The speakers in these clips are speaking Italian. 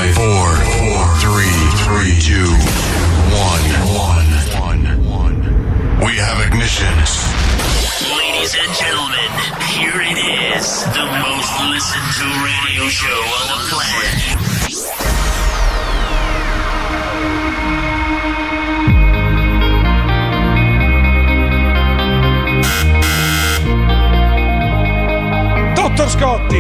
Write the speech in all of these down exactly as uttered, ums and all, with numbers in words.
five, four, four, three, three, two, one, one, one. We have ignition. Ladies and gentlemen, here it is, the most listened to radio show on the planet. Dottor Scotti!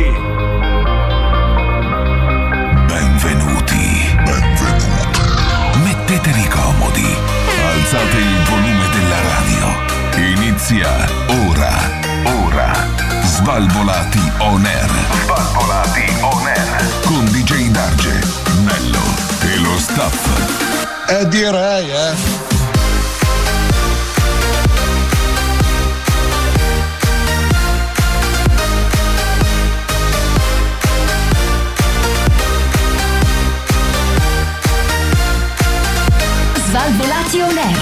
Benvenuti. Benvenuti. Mettetevi comodi. Alzate il volume della radio. Inizia ora. Ora. Svalvolati on air. Svalvolati on air. Con D J Darge, Nello e lo staff. Eh direi, eh. Svalvolati on air.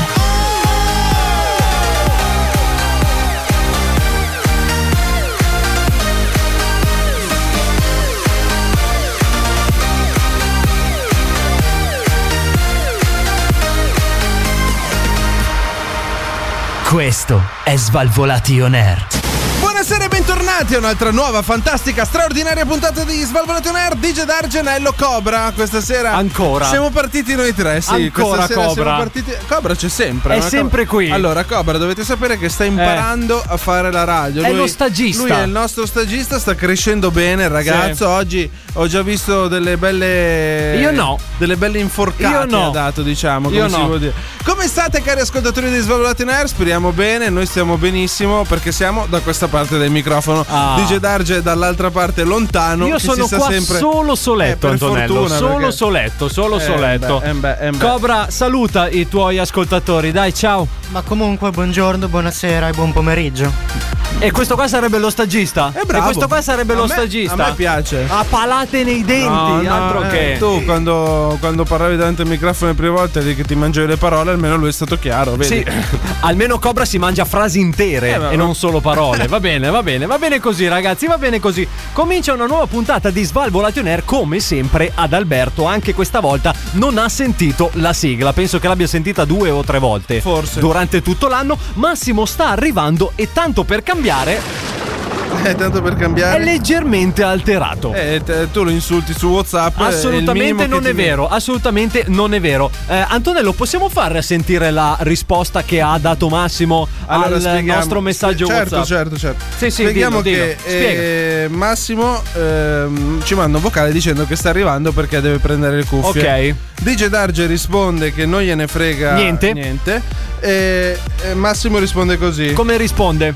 Questo è Svalvolati on air. Buonasera e bentornati a un'altra nuova, fantastica, straordinaria puntata di Svalvolati on air. D J Darge, Nello, Cobra. Questa sera Ancora siamo partiti noi tre, sì. Ancora Questa sera Cobra siamo partiti... Cobra c'è sempre. È no? sempre Cobra... qui. Allora Cobra, dovete sapere che sta imparando eh. a fare la radio. È lui, lo stagista. Lui è il nostro stagista, sta crescendo bene il ragazzo, sì. Oggi ho già visto delle belle... Io no. Delle belle inforcate. Io no. Ha dato, diciamo, come Io si no. vuol dire. Come state, cari ascoltatori di Svalvolati on air? Speriamo bene, noi stiamo benissimo perché siamo da questa parte del microfono. Ah. D J Darge è dall'altra parte lontano. Io che sono si qua sempre... solo soletto, eh, Antonello. fortuna, solo perché... soletto, solo eh, soletto. Beh, eh, beh, eh, beh. Cobra, saluta i tuoi ascoltatori, dai, ciao. Ma comunque, buongiorno, buonasera e buon pomeriggio. E questo qua sarebbe lo stagista? È bravo. E questo qua sarebbe a lo me, stagista? A me piace. A palate nei denti, no, no, altro eh, che. Tu quando, quando parlavi davanti al microfono le prime volte di che ti mangiavi le parole, almeno lui è stato chiaro, vedi? Sì, almeno Cobra si mangia frasi intere eh, e non solo parole. Va bene, va bene, va bene così, ragazzi, va bene così. Comincia una nuova puntata di Svalvolati on air, come sempre ad Alberto. Anche questa volta non ha sentito la sigla. Penso che l'abbia sentita due o tre volte. Forse. Durante tutto l'anno. Massimo sta arrivando e tanto per cambiare... Eh, tanto per cambiare. È leggermente alterato. Eh, te, tu lo insulti su WhatsApp. Assolutamente non è vero. Assolutamente non è vero. Eh, Antonello, possiamo far sentire la risposta che ha dato Massimo allora, al spieghiamo. nostro messaggio certo, WhatsApp? Certo, certo, Sì, sì, spieghiamo dillo, che dillo. Eh, Massimo ehm, ci manda un vocale dicendo che sta arrivando perché deve prendere le cuffie. Ok. D J Darge risponde che non gliene frega niente. niente. E, e Massimo risponde così. Come risponde?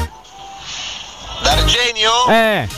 D'Argenio? Eh.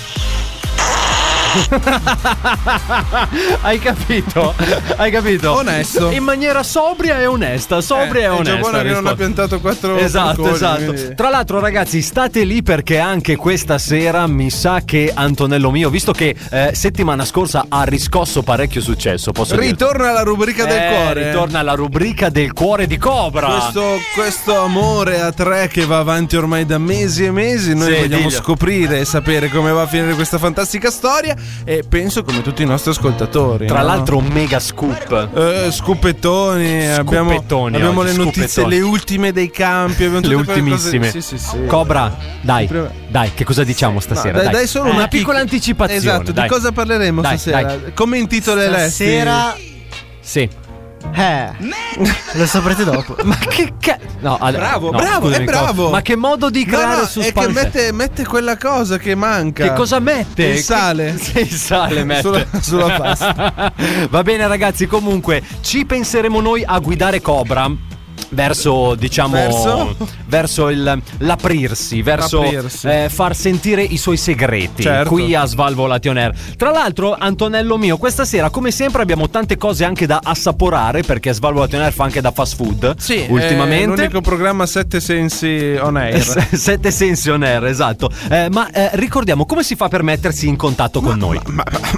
Hai capito? Hai capito? Onesto. In maniera sobria e onesta. Sobria eh, e onesta. È già buono che non ha piantato quattro Esatto, balconi, esatto. Quindi... Tra l'altro, ragazzi, state lì perché anche questa sera mi sa che Antonello mio, visto che eh, settimana scorsa ha riscosso parecchio successo, posso dire. Ritorna alla rubrica del eh, cuore. Ritorna alla rubrica del cuore di Cobra. Questo, questo amore a tre che va avanti ormai da mesi e mesi. Noi sì, vogliamo diglio. scoprire e sapere come va a finire questa fantastica storia. E penso come tutti i nostri ascoltatori. Tra no? l'altro un mega scoop. Eh, scupettoni. Abbiamo, abbiamo le notizie, scupettoni. Le ultime dei campi. Le tutte ultimissime. Cose... Sì, sì, sì. Cobra, dai, dai, che cosa diciamo stasera? No, dai, dai. dai solo Eh, una, una piccola chic- anticipazione. Esatto, dai. di cosa parleremo dai, stasera? Dai. Come intitoleresti? Stasera. Sì. Eh, lo saprete dopo. Ma che ca- no, ad- Bravo, no, bravo, scusami, è bravo. Ma che modo di creare no, no, suspense. è che mette, mette quella cosa che manca. Che cosa mette? Il sale. Che... Il sale mette sulla, sulla pasta. Va bene, ragazzi, comunque ci penseremo noi a guidare Cobra verso, diciamo, verso, verso il, l'aprirsi, verso l'aprirsi. Eh, far sentire i suoi segreti, certo. Qui a Svalvolati on air. Tra l'altro, Antonello mio, questa sera come sempre abbiamo tante cose anche da assaporare, perché Svalvolati on air fa anche da fast food. Sì, ultimamente è l'unico programma Sette Sensi on air. Sette Sensi on air, esatto. Eh, ma eh, ricordiamo come si fa per mettersi in contatto con ma, noi. Ma, ma, ma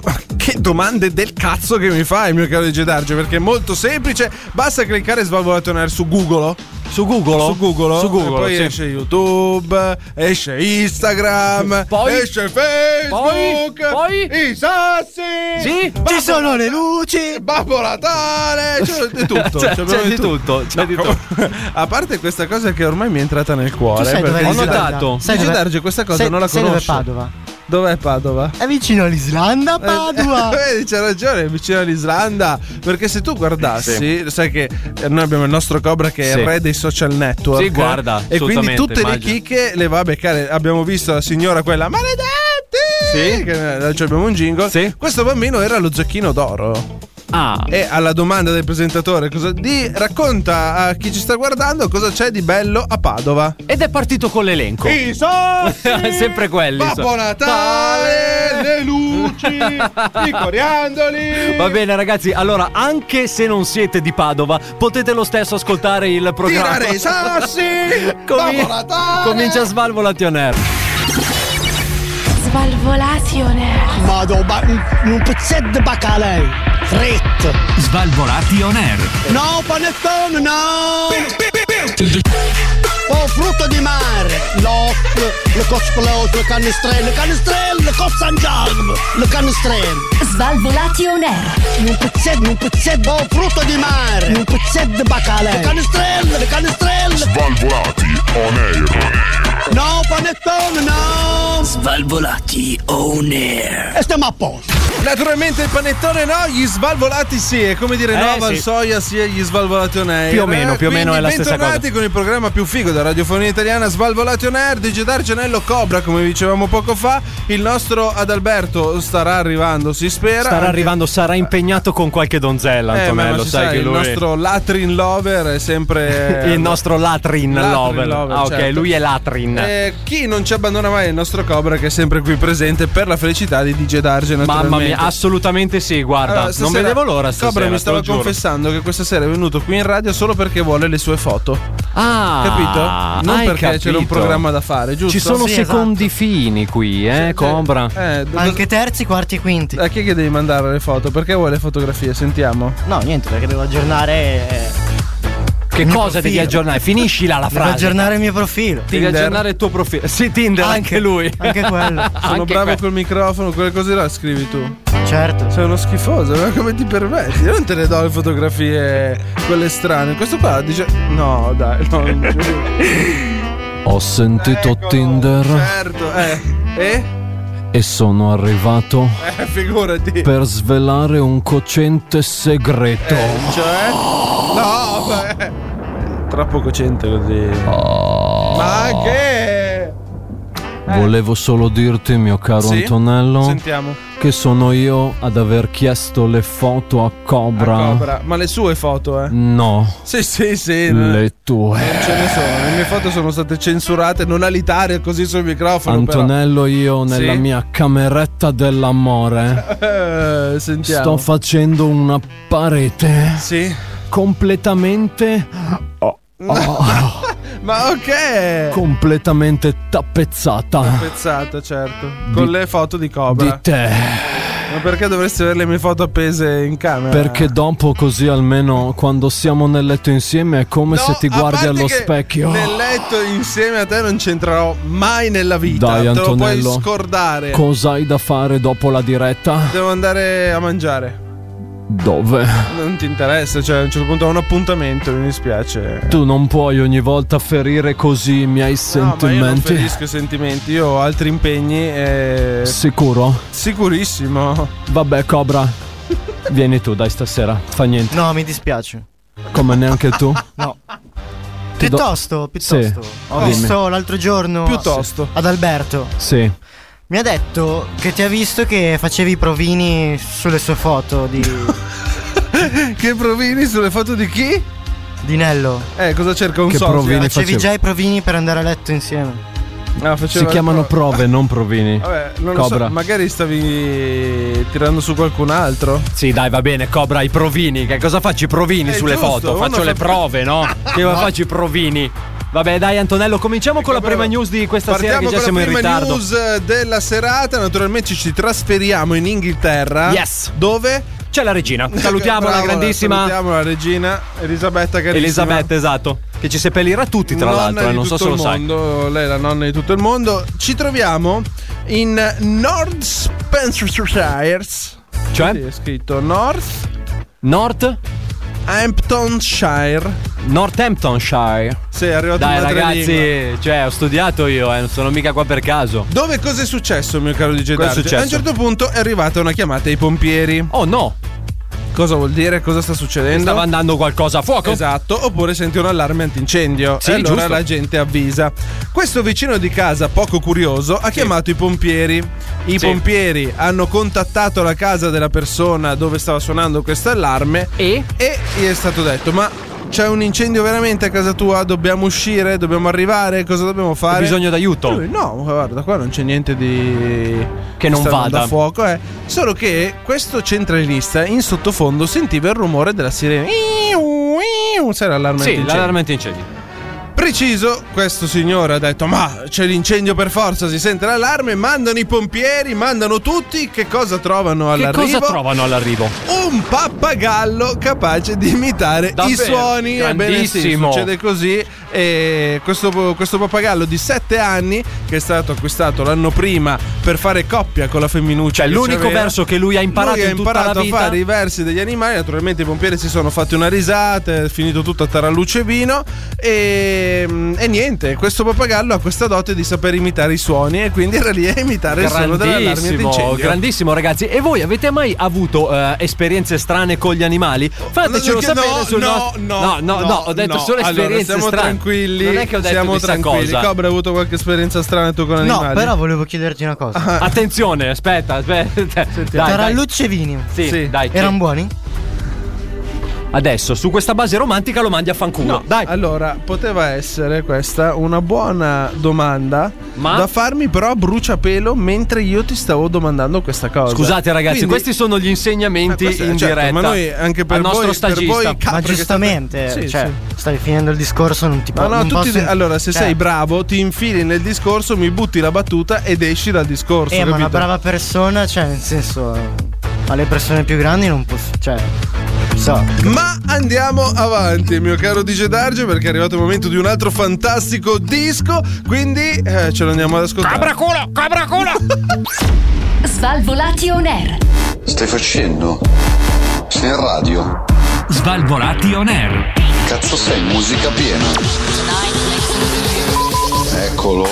che domande del cazzo che mi fai, mio caro D J Darge, perché è molto semplice, basta cliccare Svalvolation Air su Google. Su Google? Su Google, Su Google, e poi sì. esce YouTube, esce Instagram, Poi? esce Facebook, Poi? Poi? i sassi, Sì? Babbo- Ci sono le luci. Babbo Natale, c'è di tutto. C'è- c'è c'è proprio di tutto, c'è di tutto. A parte questa cosa che ormai mi è entrata nel cuore, Tu sai perché dov'è ho l'Islanda? notato. Sai D J dov'è- Darge questa cosa sai- non la sai conosce. dov'è Padova? Dov'è Padova? È vicino all'Islanda, Padova. Eh, Vedi, c'ha ragione, è vicino all'Islanda. Perché se tu guardassi, sai che noi abbiamo il nostro Cobra che è Sì. il re dei social network. Sì, guarda, e quindi assolutamente, tutte le immagino. chicche le va a beccare. Abbiamo visto la signora quella maledetti. Sì. Che, cioè abbiamo un jingle. Sì. Questo bambino era lo Zecchino d'Oro. Ah, E alla domanda del presentatore, cosa di racconta a chi ci sta guardando cosa c'è di bello a Padova. ed è partito con l'elenco. I sassi, Sempre quelli. Babbo so- Natale, le luci, i coriandoli. Va bene ragazzi, allora anche se non siete di Padova potete lo stesso ascoltare il programma. Tirare i sassi, Comi- Babbo Natale. Comincia Svalvolation Air. Svalvolation Air. Vado ba- un pezzetto di baccalà fritto. Svalvolation Air. No panettone, no. Oh, frutto di mare, l'occhio, le cosplot, le canestrelle, le canestrelle, le cose San Giacomo, le canestrelle. Svalvolation Air. Un pezzetto, un pezzetto, oh, frutto di mare, un pezzetto di baccalà. Le canestrelle, le canestrelle. Svalvolati on air. No panettone, no. Svalvolati on air. E stiamo a posto. Naturalmente il panettone no, gli svalvolati sì, è come dire Eh, no sì. Valsoia sì agli Svalvolation Air. Più o meno, più o meno è la stessa bentornati con il programma più figo della radiofonia italiana, Svalvolation Air, D J Dargenello Cobra, come dicevamo poco fa. Il nostro Adalberto starà arrivando, si spera. Starà Anche- arrivando, sarà impegnato con qualche donzella, Eh, ma Antonello, non si sai sa, che il lui nostro Latrin Lover è sempre il nostro Latrin, Latrin lover. lover, Ah, ok, certo. lui è Latrin. Eh, chi non ci abbandona mai è il nostro Cobra, che è sempre qui presente per la felicità di D J Darge, Mamma naturalmente. mia, assolutamente sì, guarda, Allora, non stasera vedevo l'ora stasera. Cobra mi te stava lo giuro. confessando che questa sera è venuto qui in radio solo perché vuole le sue foto. Ah, Capito? Non hai perché c'era un capito. programma da fare, giusto? Ci sono Sì, secondi fini qui, eh, Cobra. Eh, do- Anche terzi, quarti e quinti. a chi è che devi mandare le foto? Perché vuoi le fotografie? Sentiamo. No, niente, perché devo aggiornare. eh, Che il mio cosa devi profilo. aggiornare? Finiscila la Devo frase. aggiornare il mio profilo. Devi Tinder. aggiornare il tuo profilo. Sì, Tinder, anche, lui. Anche quello. Sono Anche bravo que- col microfono, quelle cose là scrivi tu. Certo. Sei uno schifoso, ma come ti permetti? Io non te ne do le fotografie quelle strane. Questo qua dice no, dai, no, non giuro. Ho sentito Ecco, Tinder Certo, eh. E? e sono arrivato Eh, figurati. per svelare un cocente segreto. Eh, cioè? No, beh. Troppo cocente così. Ma che? Volevo solo dirti, mio caro Sì? Antonello, Sentiamo. che sono io ad aver chiesto le foto a Cobra. A Cobra. Ma le sue foto, eh? No, Sì, sì, sì. le tue. Non ce ne sono. Le mie foto sono state censurate, non alitare così sul microfono. Antonello, io nella Sì? mia cameretta dell'amore Però. Eh, sentiamo. sto facendo una parete Sì. completamente oh, oh, Ma ok. completamente tappezzata Pezzato, certo. Con Di- le foto di Cobra. di te. Ma perché dovresti avere le mie foto appese in camera? Perché dopo così almeno quando siamo nel letto insieme è come No, se ti a guardi parte allo che specchio. Nel letto insieme a te non c'entrerò mai nella vita. Dai, Te lo Antonello. puoi scordare. Cos'hai da fare dopo la diretta? Devo andare a mangiare. Dove? Non ti interessa, cioè a un certo punto ho un appuntamento, mi dispiace. Tu non puoi ogni volta ferire così i miei No, ma io non sentimenti. ferisco i sentimenti, io ho altri impegni e... Sicuro? Sicurissimo. Vabbè, Cobra. Vieni tu, dai, stasera. Fa niente. No, mi dispiace. Come neanche tu? No. Ti do- Piuttosto, piuttosto. Sì. Ho Dimmi. visto l'altro giorno Piuttosto. ad Alberto. Sì. Mi ha detto che ti ha visto che facevi i provini sulle sue foto di, Che provini sulle foto di chi? di Nello. Eh, cosa cerca un Che socio? provini? Facevi facevo. già i provini per andare a letto insieme. Ah, faceva Si chiamano le prove. prove, non provini. Vabbè, non lo Cobra. so, magari stavi tirando su qualcun altro. Sì, dai, va bene, Cobra, i provini. Che cosa faccio i provini Eh, sulle giusto, foto? uno Faccio fa- le prove, no? Che faccio i provini? Vabbè, dai, Antonello, cominciamo con la prima news di questa sera, che già siamo in ritardo. Partiamo con la prima news della serata. Naturalmente ci trasferiamo in Inghilterra. Yes. Dove? C'è la regina. Salutiamo la grandissima. Salutiamo la regina Elisabetta carissima. Elisabetta, esatto. Che ci seppellirà tutti, tra nonna l'altro, eh, non so se lo sai. Mondo, lei è la nonna di tutto il mondo. Ci troviamo in North Spencershire. Cioè? Sì, è scritto North North Hamptonshire. Northamptonshire. Sì, è arrivato Dai, in ragazzi, cioè, ho studiato io, eh, non sono mica qua per caso. Dove cosa è successo, mio caro D J Cosa è Darge? successo? A un certo punto è arrivata una chiamata ai pompieri. Oh no! Cosa vuol dire? Cosa sta succedendo? Stava andando qualcosa a fuoco. Esatto, oppure senti un allarme antincendio. Sì, e allora giusto. la gente avvisa. Questo vicino di casa, poco curioso, ha chiamato i pompieri. I Sì. pompieri hanno contattato la casa della persona dove stava suonando questo allarme E? e gli è stato detto: ma c'è un incendio veramente a casa tua? Dobbiamo uscire? Dobbiamo arrivare? Cosa dobbiamo fare? Ho bisogno d'aiuto. Lui, no, guarda, qua non c'è niente di Che non sta andando vada. a fuoco, eh. Solo che questo centralista in sottofondo sentiva il rumore della sirena. Sai l'allarme Sì, antincendio? l'allarme antincendio. Preciso, questo signore ha detto: ma c'è l'incendio per forza, si sente l'allarme, mandano i pompieri, mandano tutti. Che cosa trovano Che all'arrivo? cosa trovano all'arrivo? Un pappagallo capace di imitare Davvero? i suoni. Ebbene sì, Grandissimo. succede così. E questo, questo pappagallo di sette anni, che è stato acquistato l'anno prima per fare coppia con la femminuccia, Cioè, che l'unico c'aveva, verso che lui ha imparato lui ha in tutta imparato la vita. a fare i versi degli animali. Naturalmente i pompieri si sono fatti una risata, è finito tutto a taralluce e vino. E, e niente, questo pappagallo ha questa dote di saper imitare i suoni, e quindi era lì a imitare il suono dell'allarme Grandissimo, antincendio. grandissimo, ragazzi. E voi avete mai avuto eh, esperienze strane con gli animali? Fatecelo No, sapere no, sul no, nostro. no, no, no, no, no, ho detto no. solo esperienze Allora, siamo strane. tranquilli. Non è che ho detto siamo chissà tranquilli. cosa. Cobra, hai avuto qualche esperienza strana tu con animali? No, però volevo chiederti una cosa. Attenzione, aspetta, aspetta. Dai, dai. Tarallucce e vini. Sì, Sì. dai. Erano buoni? Adesso, su questa base romantica lo mandi a fanculo. No, Dai. allora poteva essere questa una buona domanda Ma? da farmi, però a bruciapelo mentre io ti stavo domandando questa cosa. Scusate, ragazzi, Quindi- questi sono gli insegnamenti Ma questo è- in certo, diretta. ma noi anche per al voi- nostro per stagista. voi- Ma Capra che giustamente, state- sì, cioè, sì. stavi finendo il discorso, non ti No, po- no, non tu ti- posso- allora se cioè, sei bravo ti infili nel discorso, mi butti la battuta ed esci dal discorso. Eh, ma una capito? brava persona, cioè, nel senso, alle persone più grandi non posso, cioè, so. Ma andiamo avanti, mio caro D J Darge, perché è arrivato il momento di un altro fantastico disco. Quindi eh, ce lo andiamo ad ascoltare. Cabra culo, cabra culo. Svalvolati on air. Stai facendo? Sei in radio? Svalvolati on air. Cazzo sei, musica piena. Eccolo.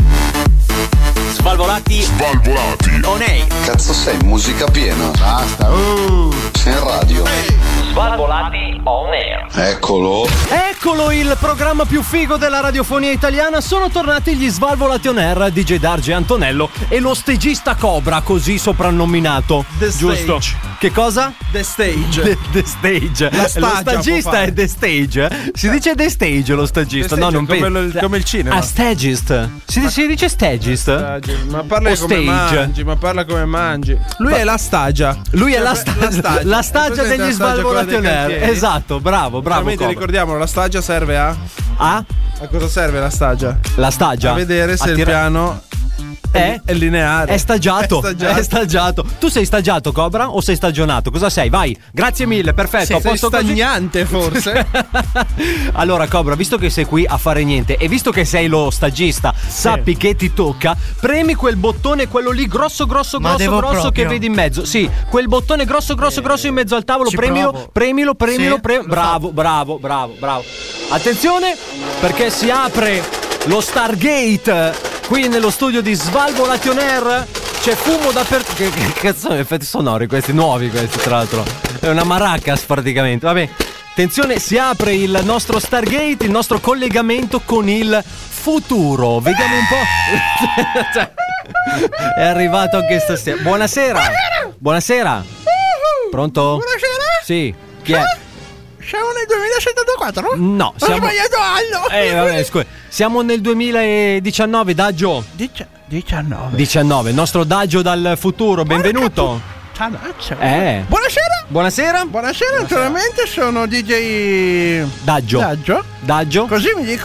Svalvolati Svalvolati. on air. Cazzo sei, musica piena. Basta. Uh. Sei in radio? Svalvolati on air. Eccolo. Eccolo il programma più figo della radiofonia italiana. Sono tornati gli Svalvolati on air, D J Darge e Antonello e lo stagista Cobra, così soprannominato. The Giusto? Stage. Che cosa? The Stage. The, the stage. La lo stagia può stagista fare. è the stage. Si dice the stage lo stagista. The No, stage, non come penso. il- come il cinema. Ah, stagist. Si, si dice stagist? Ma parla O come stage. mangi, ma parla come mangi. Lui è la stagia. Lui è Cioè, la, la stagia, stagia. la stagia È presente degli la stagia, Svalvolati quella on dei air. cantieri? Esatto, bravo, bravo. Veramente Cobra. ricordiamolo, la stagia serve a? Ah? A cosa serve la stagia? La stagia. A vedere se A il tira- piano è, è lineare. È stagiato, È stagiato. è stagiato. Tu sei stagiato, Cobra, o sei stagionato? Cosa sei? Vai. Grazie mille, perfetto. Sì, a sei posto così? stagnante forse. Allora, Cobra, visto che sei qui a fare niente e visto che sei lo stagista, sappi che ti tocca, premi quel bottone, quello lì grosso, grosso, Ma grosso, devo grosso proprio? che vedi in mezzo. Sì, quel bottone grosso, grosso, grosso in mezzo al tavolo. Ci Premilo, provo. premilo, premilo, Sì, premilo. lo Bravo, bravo, bravo, bravo. Attenzione, perché si apre lo Stargate qui nello studio di Svalvolati on air. C'è fumo dappertutto. Che, che cazzo sono effetti sonori questi, nuovi questi, tra l'altro. È una maracas praticamente. Vabbè. Attenzione, si apre il nostro Stargate, il nostro collegamento con il futuro. Vediamo un po'. Cioè, è arrivato anche stasera. Buonasera. Buonasera. Pronto? Buonasera. Sì. Chi è? Siamo nel duemilasettantaquattro? No, Ho siamo. sbagliato anno. Eh, vabbè, scusa. Siamo nel duemiladiciannove, Daggio. Dici- diciannove. diciannove, il nostro Daggio dal futuro, benvenuto. Cianazzo. Eh. Buonasera. Buonasera. Buonasera, naturalmente sono D J Daggio. Daggio. Daggio. Così mi dicono.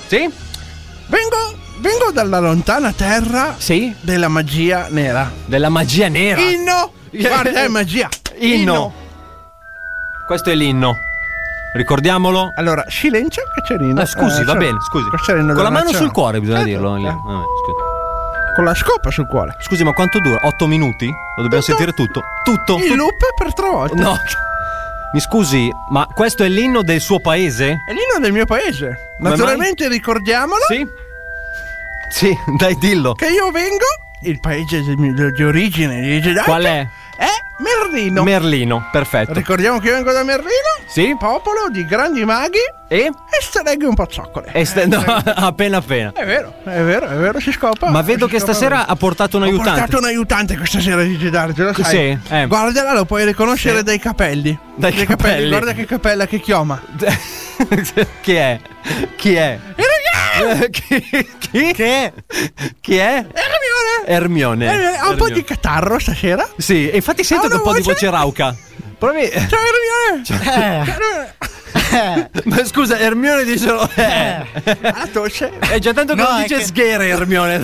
Sì? Vengo, vengo dalla lontana terra Sì? della magia nera. Della magia nera. Inno! Guarda, è magia. Inno. Questo è l'inno. Ricordiamolo. Allora, silenzio che c'è l'inno. Ah, scusi, Eh, va so- bene, scusi. questo è l'inno Con la della mano nazione. sul cuore bisogna Certo, dirlo. lì. eh. Vabbè, scusi. Con la scopa sul cuore. Scusi, ma quanto dura? Otto minuti? Lo dobbiamo Tutto. sentire tutto? Tutto? Il Tutto? loop per tre volte. No. Mi scusi, ma questo è l'inno del suo paese? È l'inno del mio paese. Come Naturalmente ricordiamolo Sì? Sì, dai, dillo. che io vengo, il paese del mio- di origine di Jedi. Qual è? È Merlino. Merlino, perfetto. Ricordiamo che io vengo da Merlino, Sì? popolo di grandi maghi E? e streghe un po' zoccole. E st- no, appena appena. È vero, è vero, è vero, si scopa. Ma vedo si che scopa stasera bene. ha portato un Ho aiutante. portato un aiutante questa sera di Jedi, te lo sai. Sì, eh. Guardala, lo puoi riconoscere Sì. dai capelli. Dai capelli. Guarda che capella, che chioma. Chi è? Chi è? Eh, chi, chi? Che? Chi è? Ermione! Ermione. Ermione, ha un po' Ermione. di catarro stasera. Sì, e infatti sento Ha che una un po' di voce- voce rauca. Provi. Ciao Ermione! Eh. Ma scusa, Ermione dice. Eh. Ha tosse. È già tanto che No, non è dice che- sghere, Ermione.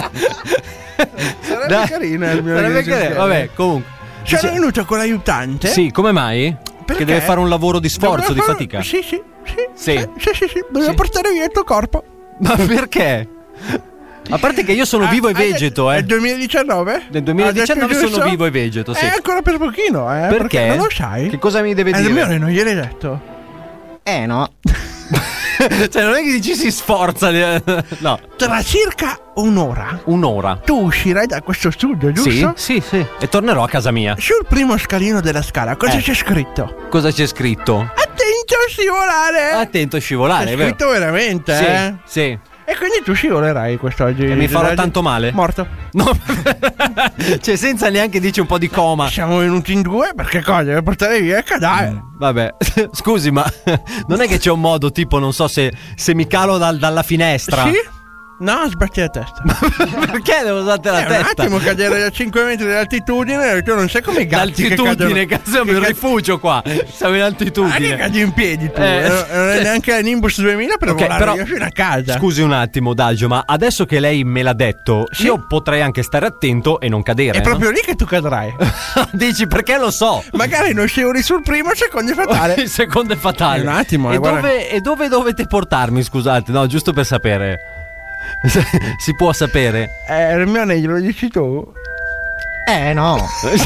Sarebbe Dai. carino Ermione. Sarebbe che carino. dice- Vabbè, comunque. Sono Dice- venuto con l'aiutante. Sì, come mai? Perché? Che deve fare un lavoro di sforzo, Doveva di fare- fatica. Sì, sì, sì. Sì. Sì, sì, sì, sì. Doveva Sì. portare via il tuo corpo. Ma perché? A parte che io sono vivo e Ah, hai vegeto, detto- eh. Nel duemiladiciannove? Nel duemiladiciannove Ha detto sono giusto? vivo e vegeto, sì. Eh, ancora per pochino, eh. Perché? Non lo sai? Che cosa mi deve Eh, dire? Ermione, non gliel'hai detto. Eh no. Cioè, non è che dici si sforza. di- No, Tra circa un'ora un'ora. tu uscirai da questo studio, giusto? Sì, sì, sì. E tornerò a casa mia. Sul primo scalino della scala cosa Eh. c'è scritto? Cosa c'è scritto? Attento a scivolare! Attento a scivolare, C'è è vero? scritto veramente, Sì, eh? sì. E quindi tu scivolerai quest'oggi. E mi farò Oggi- tanto male? Morto. No. Cioè, senza neanche dici un po' di coma. Siamo venuti in due perché cosa? Deve portare via il cadavere. Vabbè, scusi, ma non è che c'è un modo, tipo, non so se, se mi calo dal- dalla finestra. Sì? No, sbatti la testa. Perché devo usare la È un testa? attimo cadere da cinque metri di altitudine e tu non sai come i gatti che L'altitudine, cadono. cazzo, è un che cad- rifugio qua. Siamo in Ah, che altitudine. cadi in piedi tu. Eh, Eh, non è neanche la Nimbus duemila per Ok, volare però- via fino a casa. Scusi un attimo, Daggio, ma adesso che lei me l'ha detto, Sì. io potrei anche stare attento e non cadere. È proprio lì che tu cadrai. no? Dici perché lo so. Magari non scivoli sul primo, il secondo è fatale. Il secondo è fatale. Eh, un attimo, e, eh, guarda. dove, e dove dovete portarmi? Scusate, no, giusto per sapere. Si può sapere? Eh, Hermione, glielo dici tu? Eh no.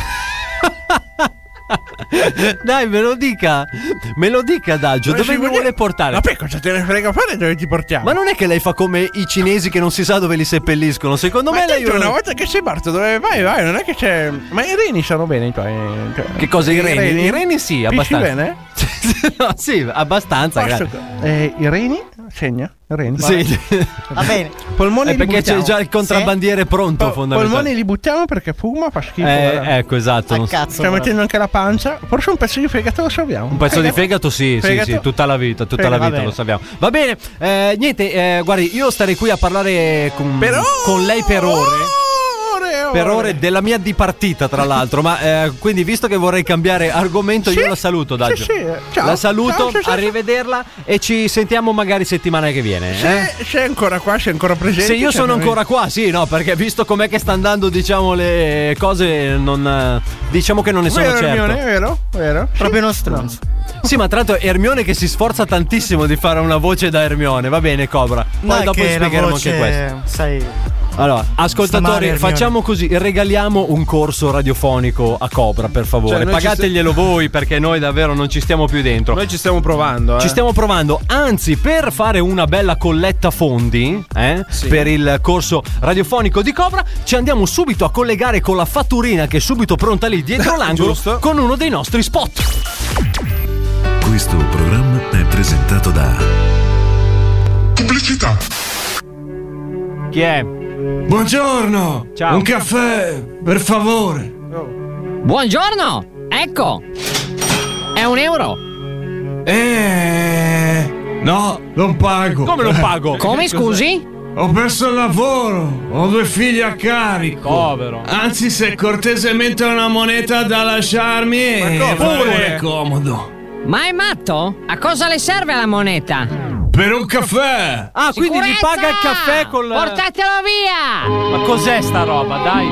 Dai, me lo dica. Me lo dica, Daggio. Dove si mi vuole- vuole portare? Ma poi cosa te ne frega fare dove ti portiamo? Ma non è che lei fa come i cinesi che non si sa dove li seppelliscono. Secondo Ma me lei. tanto una volta che sei morto dove vai vai, non è che c'è. Ma i reni sono bene i tuoi. cioè- Che cosa, i reni? I reni sì, Pisci abbastanza. bene? No, sì, abbastanza. Posso- grazie. eh, I reni? Segna? I reni? Sì. Va bene. Polmoni È li perché c'è buttiamo. già il contrabbandiere pronto, Po- fondamentalmente. polmoni li buttiamo perché fuma, fa schifo. Eh, guarda. ecco, esatto. A non- cazzo. Stiamo mettendo anche la pancia. Forse un pezzo di fegato lo salviamo. Un pezzo di fegato, sì, sì, Fegato. sì, tutta la vita, tutta Fegato, la va vita, bene. lo sappiamo. Va bene, eh, niente, eh, guardi, io starei qui a parlare con, Per ore, con lei per ore. ore, Per ore della mia dipartita, tra l'altro. Ma eh, quindi, visto che vorrei cambiare argomento, Sì, io la saluto, Daggio. sì, sì, ciao. La saluto, Ciao, ciao, ciao. arrivederla e ci sentiamo magari settimana che viene. eh? Se, sei ancora qua, sei ancora presente. Se io sono certamente. ancora qua, sì, no, perché visto com'è che sta andando, diciamo, le cose, non, eh, diciamo che non ne sono Vero, certo. Hermione, vero? Vero? Proprio uno stronzo. Sì, ma tra l'altro Hermione che si sforza tantissimo di fare una voce da Hermione. Va bene, Cobra. Poi No, è dopo che la spiegheremo voce, anche questo. sai. Allora, Sta ascoltatori, male, Hermione. facciamo così: regaliamo un corso radiofonico a Cobra, per favore. Cioè, noi ci Pagateglielo voi, perché noi davvero non ci stiamo più dentro. Noi ci stiamo provando, eh. Ci stiamo provando, anzi, per fare una bella colletta fondi eh, Sì. per il corso radiofonico di Cobra, ci andiamo subito a collegare con la fatturina che è subito pronta lì dietro l'angolo Giusto. con uno dei nostri spot. Questo programma è presentato da Pubblicità. Chi è? Buongiorno! Ciao. Un caffè, per favore! Buongiorno! Ecco! È un euro! Eh. No, non pago. Come non pago? Come scusi? Ho perso il lavoro, ho due figli a carico. Povero. Anzi, se cortesemente ho una moneta da lasciarmi, Ma come? eh, Pure. è comodo. Ma è matto? A cosa le serve la moneta? Per Per un caffè! Ah, quindi vi Sicurezza! paga il caffè col. Portatelo via! Ma cos'è sta roba, dai?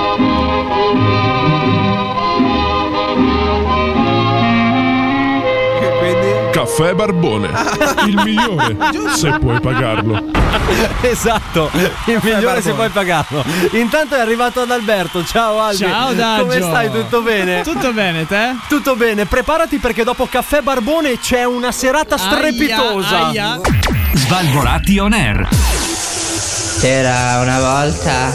Caffè Barbone, il migliore, se puoi pagarlo. Esatto, il migliore se puoi pagarlo. Intanto è arrivato ad Alberto. Ciao Albi. Ciao Daggio. Come stai? Tutto bene? Tutto bene, te? Tutto bene, preparati perché dopo Caffè Barbone c'è una serata strepitosa. Aia, aia. Svalvolati on air. C'era una volta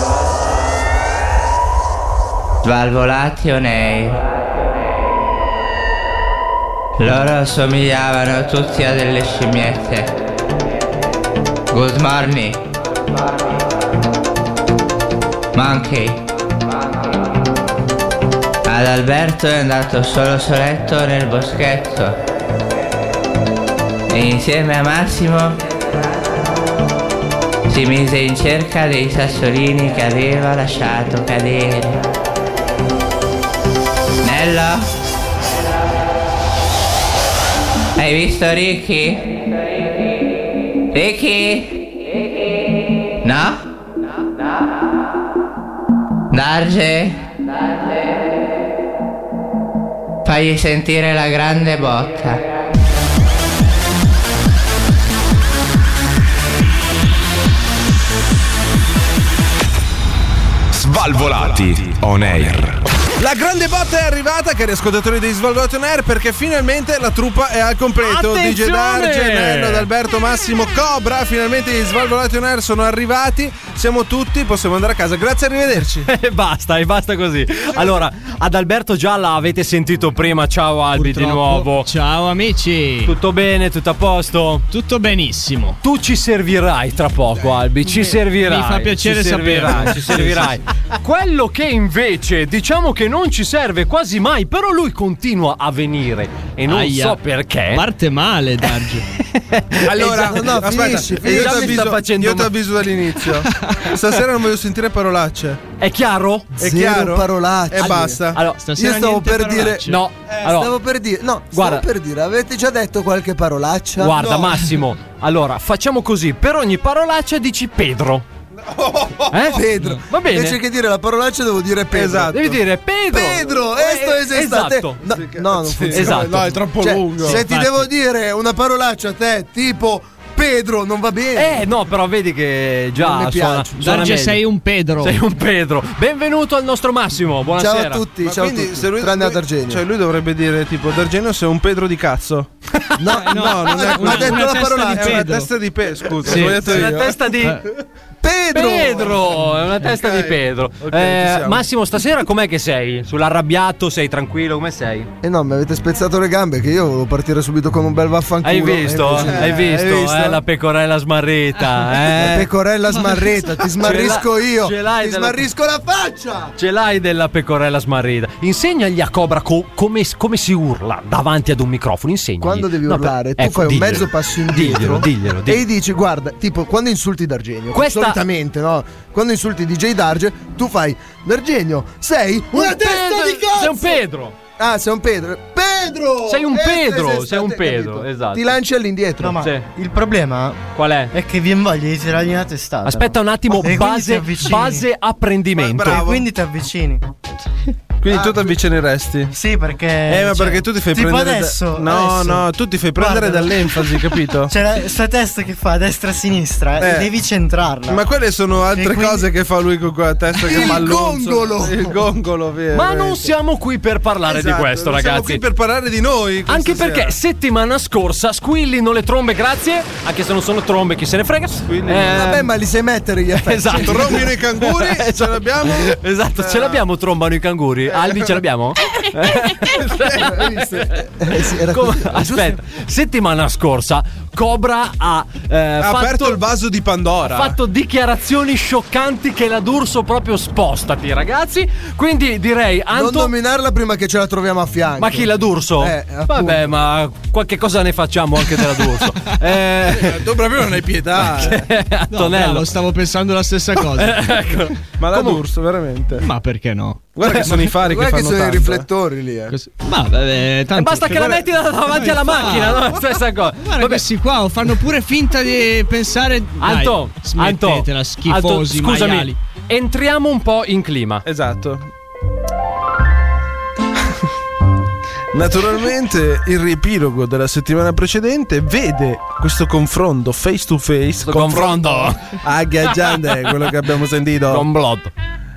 Svalvolati on air. Loro somigliavano tutti a delle scimmiette. Good morning Monkey. Ad Alberto è andato solo soletto nel boschetto e insieme a Massimo si mise in cerca dei sassolini che aveva lasciato cadere. Nello, hai visto Ricky? Ricky? No? Darge? Fagli sentire la grande botta. Svalvolati on air. La grande botta è arrivata, cari ascoltatori di Svalvolati on Air, perché finalmente la truppa è al completo. Attenzione! D J Darge, Nello, Adalberto, Massimo, Cobra. Finalmente gli Svalvolati on Air sono arrivati. Siamo tutti, possiamo andare a casa. Grazie, arrivederci. E basta, e basta così. Allora, Adalberto già l'avete sentito prima. Ciao Albi, Purtroppo. di nuovo. Ciao amici. Tutto bene, tutto a posto? Tutto benissimo. Tu ci servirai tra poco, Albi. Ci servirai. Mi fa piacere ci servirai, saperlo. Ci servirai. Quello che invece diciamo che non ci serve quasi mai, però lui continua a venire e non Aia. so perché. Parte male, Darge. Allora, Esatto. no, no, aspetta, finisci, e già io mi ti sta avviso, facendo io ti ma- avviso dall'inizio. Stasera non voglio sentire parolacce. È chiaro? È Zero chiaro? parolacce. E basta. Allora, Stasera Io stavo niente per parolacce. dire no. Eh, allora, stavo per dire No, Guarda. stavo per dire Avete già detto qualche parolaccia? guarda, No. Massimo. Allora, facciamo così: per ogni parolaccia dici Pedro. Eh? Pedro. Va bene. Invece che dire la parolaccia devo dire Pedro. Esatto. Devi dire Pedro. Pedro, Eh, esto es estate. esatto. No, no, non funziona. Esatto. No, è troppo Cioè, lungo. se ti Infatti. devo dire una parolaccia a te, tipo Pedro, non va bene. Eh no, però vedi che già Non mi suona, piace. suona Darge, meglio. sei un Pedro. Sei un Pedro. Benvenuto al nostro Massimo. Buonasera. Ciao a tutti, Ma ciao a quindi tutti. se lui, tranne a lui- Dargenio. Cioè lui dovrebbe dire tipo Dargenio sei un Pedro di cazzo. no, no, non è ma ha detto una la testa parolaccia. È una Pedro. testa di pe, scusa, Sì. ho sbagliato È una io. testa di Pedro. Pedro, è una testa Ok. di Pedro. Ok, Eh, ci siamo. Massimo, stasera com'è che sei? Sull'arrabbiato? Sei tranquillo? Come sei? E no, mi avete spezzato le gambe che io volevo partire subito con un bel vaffanculo. Hai visto? E invece- Hai visto? Hai visto? Eh, la pecorella smarrita, La eh? pecorella smarrita, ti smarrisco Ce l'ha- io. ce l'hai Ti della- smarrisco la faccia. Ce l'hai della pecorella smarrita. Insegnagli a Cobra co- come, come si urla davanti ad un microfono. Insegnagli. Quando devi No, per- urlare, tu ecco, fai un diglielo. mezzo passo indietro. Diglielo, diglielo, E diglielo. gli dici, guarda, tipo quando insulti Dargenio, Questa- solitamente, no? Quando insulti D J Darge, tu fai Dargenio, sei una Un testa Pedro- di cazzo! Sei un Pedro. Ah, sei un Pedro. Pedro! Sei un Questo Pedro, esiste, sei un hai capito? Pedro, esatto. Ti lanci all'indietro. No, ma Sì. il problema Qual è? è che viene voglia di tirargli una testata. Aspetta un attimo, E quindi ti base, avvicini. base apprendimento. Bravo. E quindi ti avvicini. Quindi Ah, tu ti avvicineresti. Sì, perché. Eh, ma cioè, perché tu ti fai tipo prendere. da- adesso. No, adesso. no, tu ti fai prendere Guarda, dall'enfasi, capito? C'è la, sta testa che fa destra-sinistra Eh. e devi centrarla. Ma quelle sono altre E quindi- cose che fa lui con quella testa che Il fa all'onzo. gongolo! Il gongolo, vero. Ma non siamo qui per parlare Esatto, di questo, non ragazzi. Siamo qui per parlare di noi. questa Anche perché sera. settimana scorsa squillino le trombe, grazie. Anche se non sono trombe, chi se ne frega. Squillino. Eh, Vabbè, ma li sai mettere gli effetti. Esatto. Trombino i canguri, ce l'abbiamo. Esatto, ce l'abbiamo trombano i canguri. Albi, ce l'abbiamo? Hai visto? Eh, sì, era Com- così. Aspetta, settimana scorsa Cobra ha, eh, Ha fatto, aperto il vaso di Pandora. ha fatto dichiarazioni scioccanti che la D'Urso proprio spostati, ragazzi. Quindi direi Non Anto. nominarla prima che ce la troviamo a fianco. Ma chi la D'Urso? Eh, appunto. Vabbè, ma qualche cosa ne facciamo anche della D'Urso. eh, Tu proprio non hai pietà. eh. No, Antonello. bravo, stavo pensando la stessa cosa. Ecco. Ma la Comunque- D'Urso, veramente. Ma perché no? Guarda che sono i fari che Guarda fanno che sono tanto, i riflettori lì, eh. Vabbè, tanto E basta che la metti davanti alla macchina, no? Stessa cosa. Guarda questi qua fanno pure finta di pensare. Anto, Dai, Anto, smettetela, schifosi, Anto, scusami, maiali. entriamo un po' in clima. Esatto. Naturalmente il riepilogo della settimana precedente vede questo confronto face to face. Questo confronto agghiaggiante, quello che abbiamo sentito. Complotto.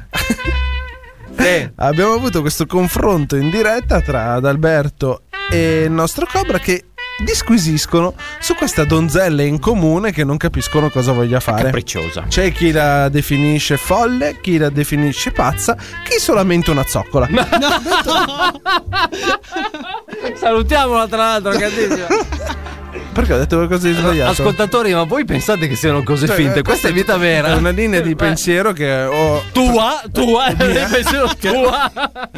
Eh, abbiamo avuto questo confronto in diretta tra Adalberto e il nostro Cobra che disquisiscono su questa donzella in comune che non capiscono cosa voglia fare. Capricciosa. C'è chi la definisce folle, chi la definisce pazza, chi solamente una zoccola. No. Salutiamola tra l'altro, cattivissima. Perché ho detto qualcosa di sbagliato? Ascoltatori, ma voi pensate che siano cose Cioè, finte? Questa è vita vera. È una linea di pensiero che ho. Tua, tua, è Mia. pensiero tua,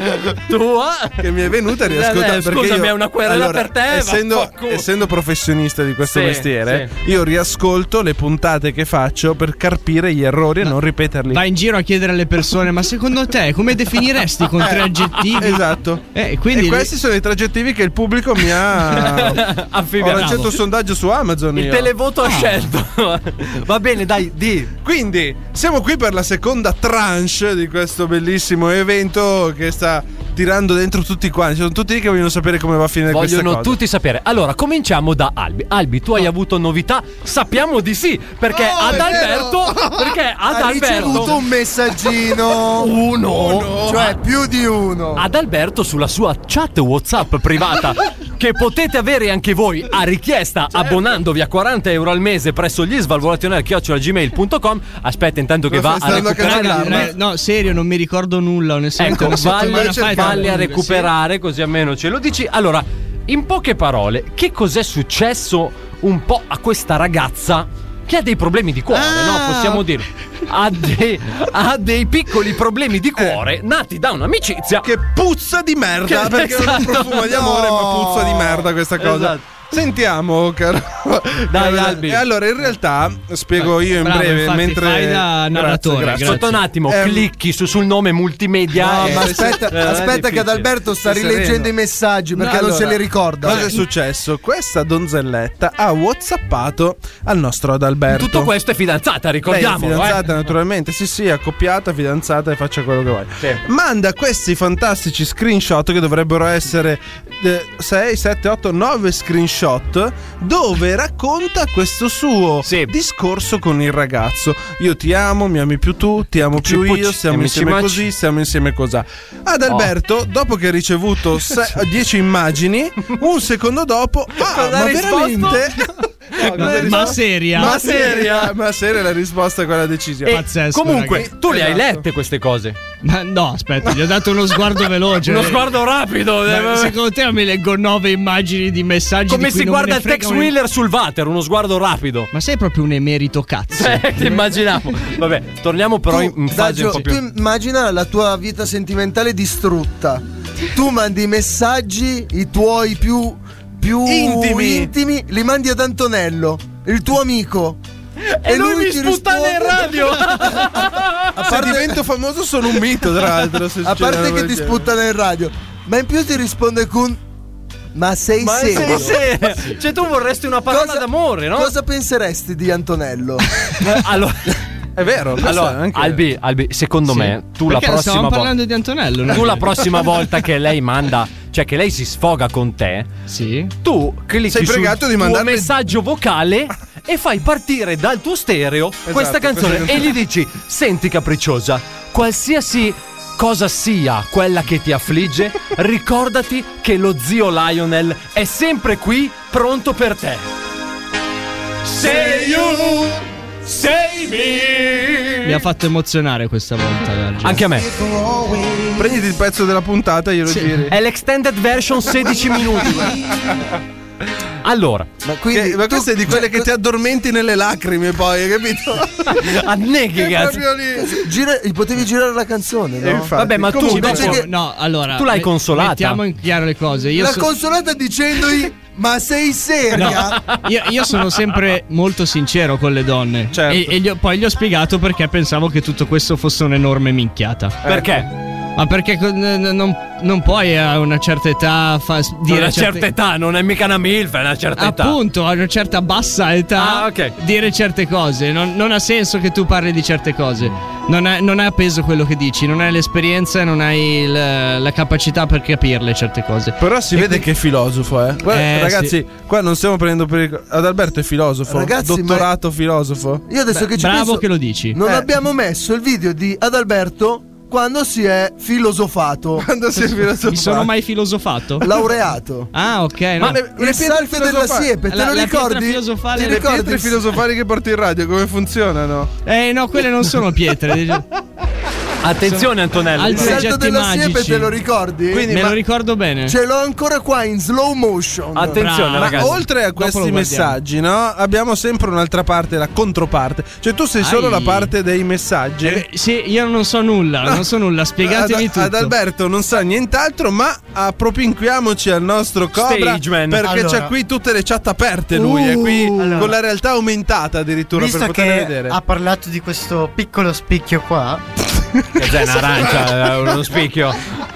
tua. Che mi è venuta a riascoltare. Eh, perché scusami, io, è una querela allora, per te. Essendo, vaffanculo. essendo professionista di questo Sì, mestiere, sì. io riascolto le puntate che faccio per carpire gli errori e non ripeterli. Vai in giro a chiedere alle persone: ma secondo te come definiresti con tre aggettivi? Esatto. Eh, quindi e questi sono i tre aggettivi che il pubblico mi ha Affibbiato. Ho lanciato un sondaggio su Amazon. Il io. televoto ha scelto. Va bene, dai, di. Quindi siamo qui per la seconda tranche di questo bellissimo evento che sta tirando dentro tutti quanti. Sono tutti lì che vogliono sapere come va a finire questa cosa. Vogliono tutti sapere. Allora, cominciamo da Albi. Albi, tu hai avuto novità? Sappiamo di sì, perché Oh, ad è Alberto, vero. perché ad Ha ricevuto Alberto un messaggino. uno, Cioè più di uno. ad Alberto sulla sua chat WhatsApp privata che potete avere anche voi a richiesta abbonandovi a quaranta euro al mese presso gli svalvolationer chiocciola gmail punto com. Aspetta intanto che Lo va stai a stando a recuperare. cancellarla? Eh, no, serio, non mi ricordo nulla. Onestamente, Ecco, una settimana valli, fa è valli a lunga, recuperare così almeno ce lo dici. Allora, in poche parole, che cos'è successo un po' a questa ragazza che ha dei problemi di cuore, Ah. no? Possiamo dire. Ha dei, ha dei piccoli problemi di cuore nati da un'amicizia Che puzza di merda. Che- Perché non è un esatto. profumo di amore, No. ma puzza di merda questa cosa. Esatto. Sentiamo, caro. Dai, caro- Albi. E allora, in realtà, spiego io in Bravo, breve. infatti, mentre. fai da narratore, Grazie, grazie. Sotto un attimo, Ehm, clicchi su, sul nome multimedia. No, e- ma aspetta, Eh, non è aspetta che difficile. Adalberto sta Sei rileggendo sereno. i messaggi perché No, non se allora, li ricorda. Cosa è successo? Questa donzelletta ha whatsappato al nostro Adalberto. Tutto questo è fidanzata, Lei è ricordiamolo. fidanzata, eh. naturalmente. Sì, sì, accoppiata, fidanzata e faccia quello che vuoi. Sì. Manda questi fantastici screenshot che dovrebbero essere sei, sette, otto, nove screenshot dove racconta questo suo Sì. discorso con il ragazzo. Io ti amo, mi ami più tu, ti amo Pucci, più io, pucci, stiamo amici insieme maci. così, stiamo insieme così. Adalberto, dopo che ha ricevuto dieci immagini, un secondo dopo, ah, Cosa ma ha risposto? veramente? No, cosa ha Ma risposto? seria. Ma Ma seria, seria. ma seria la risposta è quella decisa. E Pazzesco, comunque, ragazzi. tu le hai Esatto. lette queste cose? Ma no, aspetta, gli ho dato uno sguardo veloce. Uno sguardo rapido. Ma eh, secondo te mi leggo nove immagini di messaggi Come di cui si non me guarda ne il frega Tex un- Wheeler sul water, uno sguardo rapido. Ma sei proprio un emerito cazzo. Eh, ti immaginavo. Vabbè, torniamo però in, in fase Daggio, un po' più. tu immagina la tua vita sentimentale distrutta. Tu mandi i messaggi, i tuoi più, più Intimi. intimi, li mandi ad Antonello, il tuo amico. E lui mi ti sputtana in risponde- radio. A parte divento famoso sono un mito, tra l'altro. se A succede parte una che del ti genere. sputtano in radio, ma in più ti risponde con: ma sei Ma serio? sei serio? Cioè, tu vorresti una parola Cosa- d'amore, no? Cosa penseresti di Antonello? Allora, È vero. questo allora è anche- Albi, Albi, secondo Sì. me, tu Perché la prossima stavamo volta. parlando di Antonello, no? Tu la prossima volta che lei manda, cioè che lei si sfoga con te, Sì. tu clicchi Sei sul pregato di tuo mandarle- messaggio vocale e fai partire dal tuo stereo questa canzone questa e gli dici: senti capricciosa, qualsiasi cosa sia quella che ti affligge, ricordati che lo zio Lionel è sempre qui pronto per te. Say you, say me. Mi ha fatto emozionare questa volta, Darge. Anche a me. Prenditi il pezzo della puntata e glielo giri. È l'extended version sedici minuti. Allora, Ma quindi Che- ma tu- questa è di quelle che ti addormenti nelle lacrime, poi, hai capito? anneghi, È cazzo. proprio lì. gira- gli potevi girare la canzone, no? E infatti, Vabbè, ma tu comunque- invece dopo- che- No, allora. Tu l'hai me- consolata? Mettiamo in chiaro le cose. Io, L'ha so- consolata dicendogli: ma sei seria? io, io sono sempre molto sincero con le donne. Certo. E, e gli ho- poi gli ho spiegato perché pensavo che tutto questo fosse un'enorme minchiata. Perché? Ma perché con- n- non, non puoi a una certa età fa- dire Una certe- certa età, non è mica una milf, è una certa età. Appunto, a una certa bassa età Ah, ok. dire certe cose. Non, non ha senso che tu parli di certe cose. Non ha, non ha peso quello che dici, non hai l'esperienza, non hai la, la capacità per capirle certe cose. Però si E vede quindi- che è filosofo, eh. Guarda, Eh, ragazzi, sì. qua non stiamo prendendo per il... Adalberto è filosofo. Ragazzi, dottorato filosofo. Io adesso Beh, che ci bravo penso, che lo dici. non Eh. abbiamo messo il video di Adalberto quando si è filosofato. Quando si è filosofato. Mi sono mai filosofato? Laureato. Ah, ok. Ma no. le, le Il pietre salto della filosofali- siepe, te La- lo la pietra ricordi? filosofale- Ti Le ricordi pietre il- filosofali che porti in radio, come funzionano? Eh no, quelle non sono pietre. Attenzione, Antonello. Il Altri salto oggetti della magici. siepe te lo ricordi? Quindi, Me ma- lo ricordo bene. Ce l'ho ancora qua in slow motion. Attenzione, Bravo. Ma ragazzi. oltre a Dopo lo questi guardiamo. messaggi, no? Abbiamo sempre un'altra parte, la controparte. Cioè, tu sei solo Ai. la parte dei messaggi. Eh, sì, io non so nulla, non so nulla, spiegatemi Ad, tutto. Adalberto non sa nient'altro, ma appropinquiamoci al nostro Cobra, Stageman. perché Allora. c'ha qui tutte le chat aperte lui, è qui allora. con la realtà aumentata addirittura Visto per poterle che vedere. ha parlato di questo piccolo spicchio qua, Cos'è un'arancia? eh, Uno spicchio.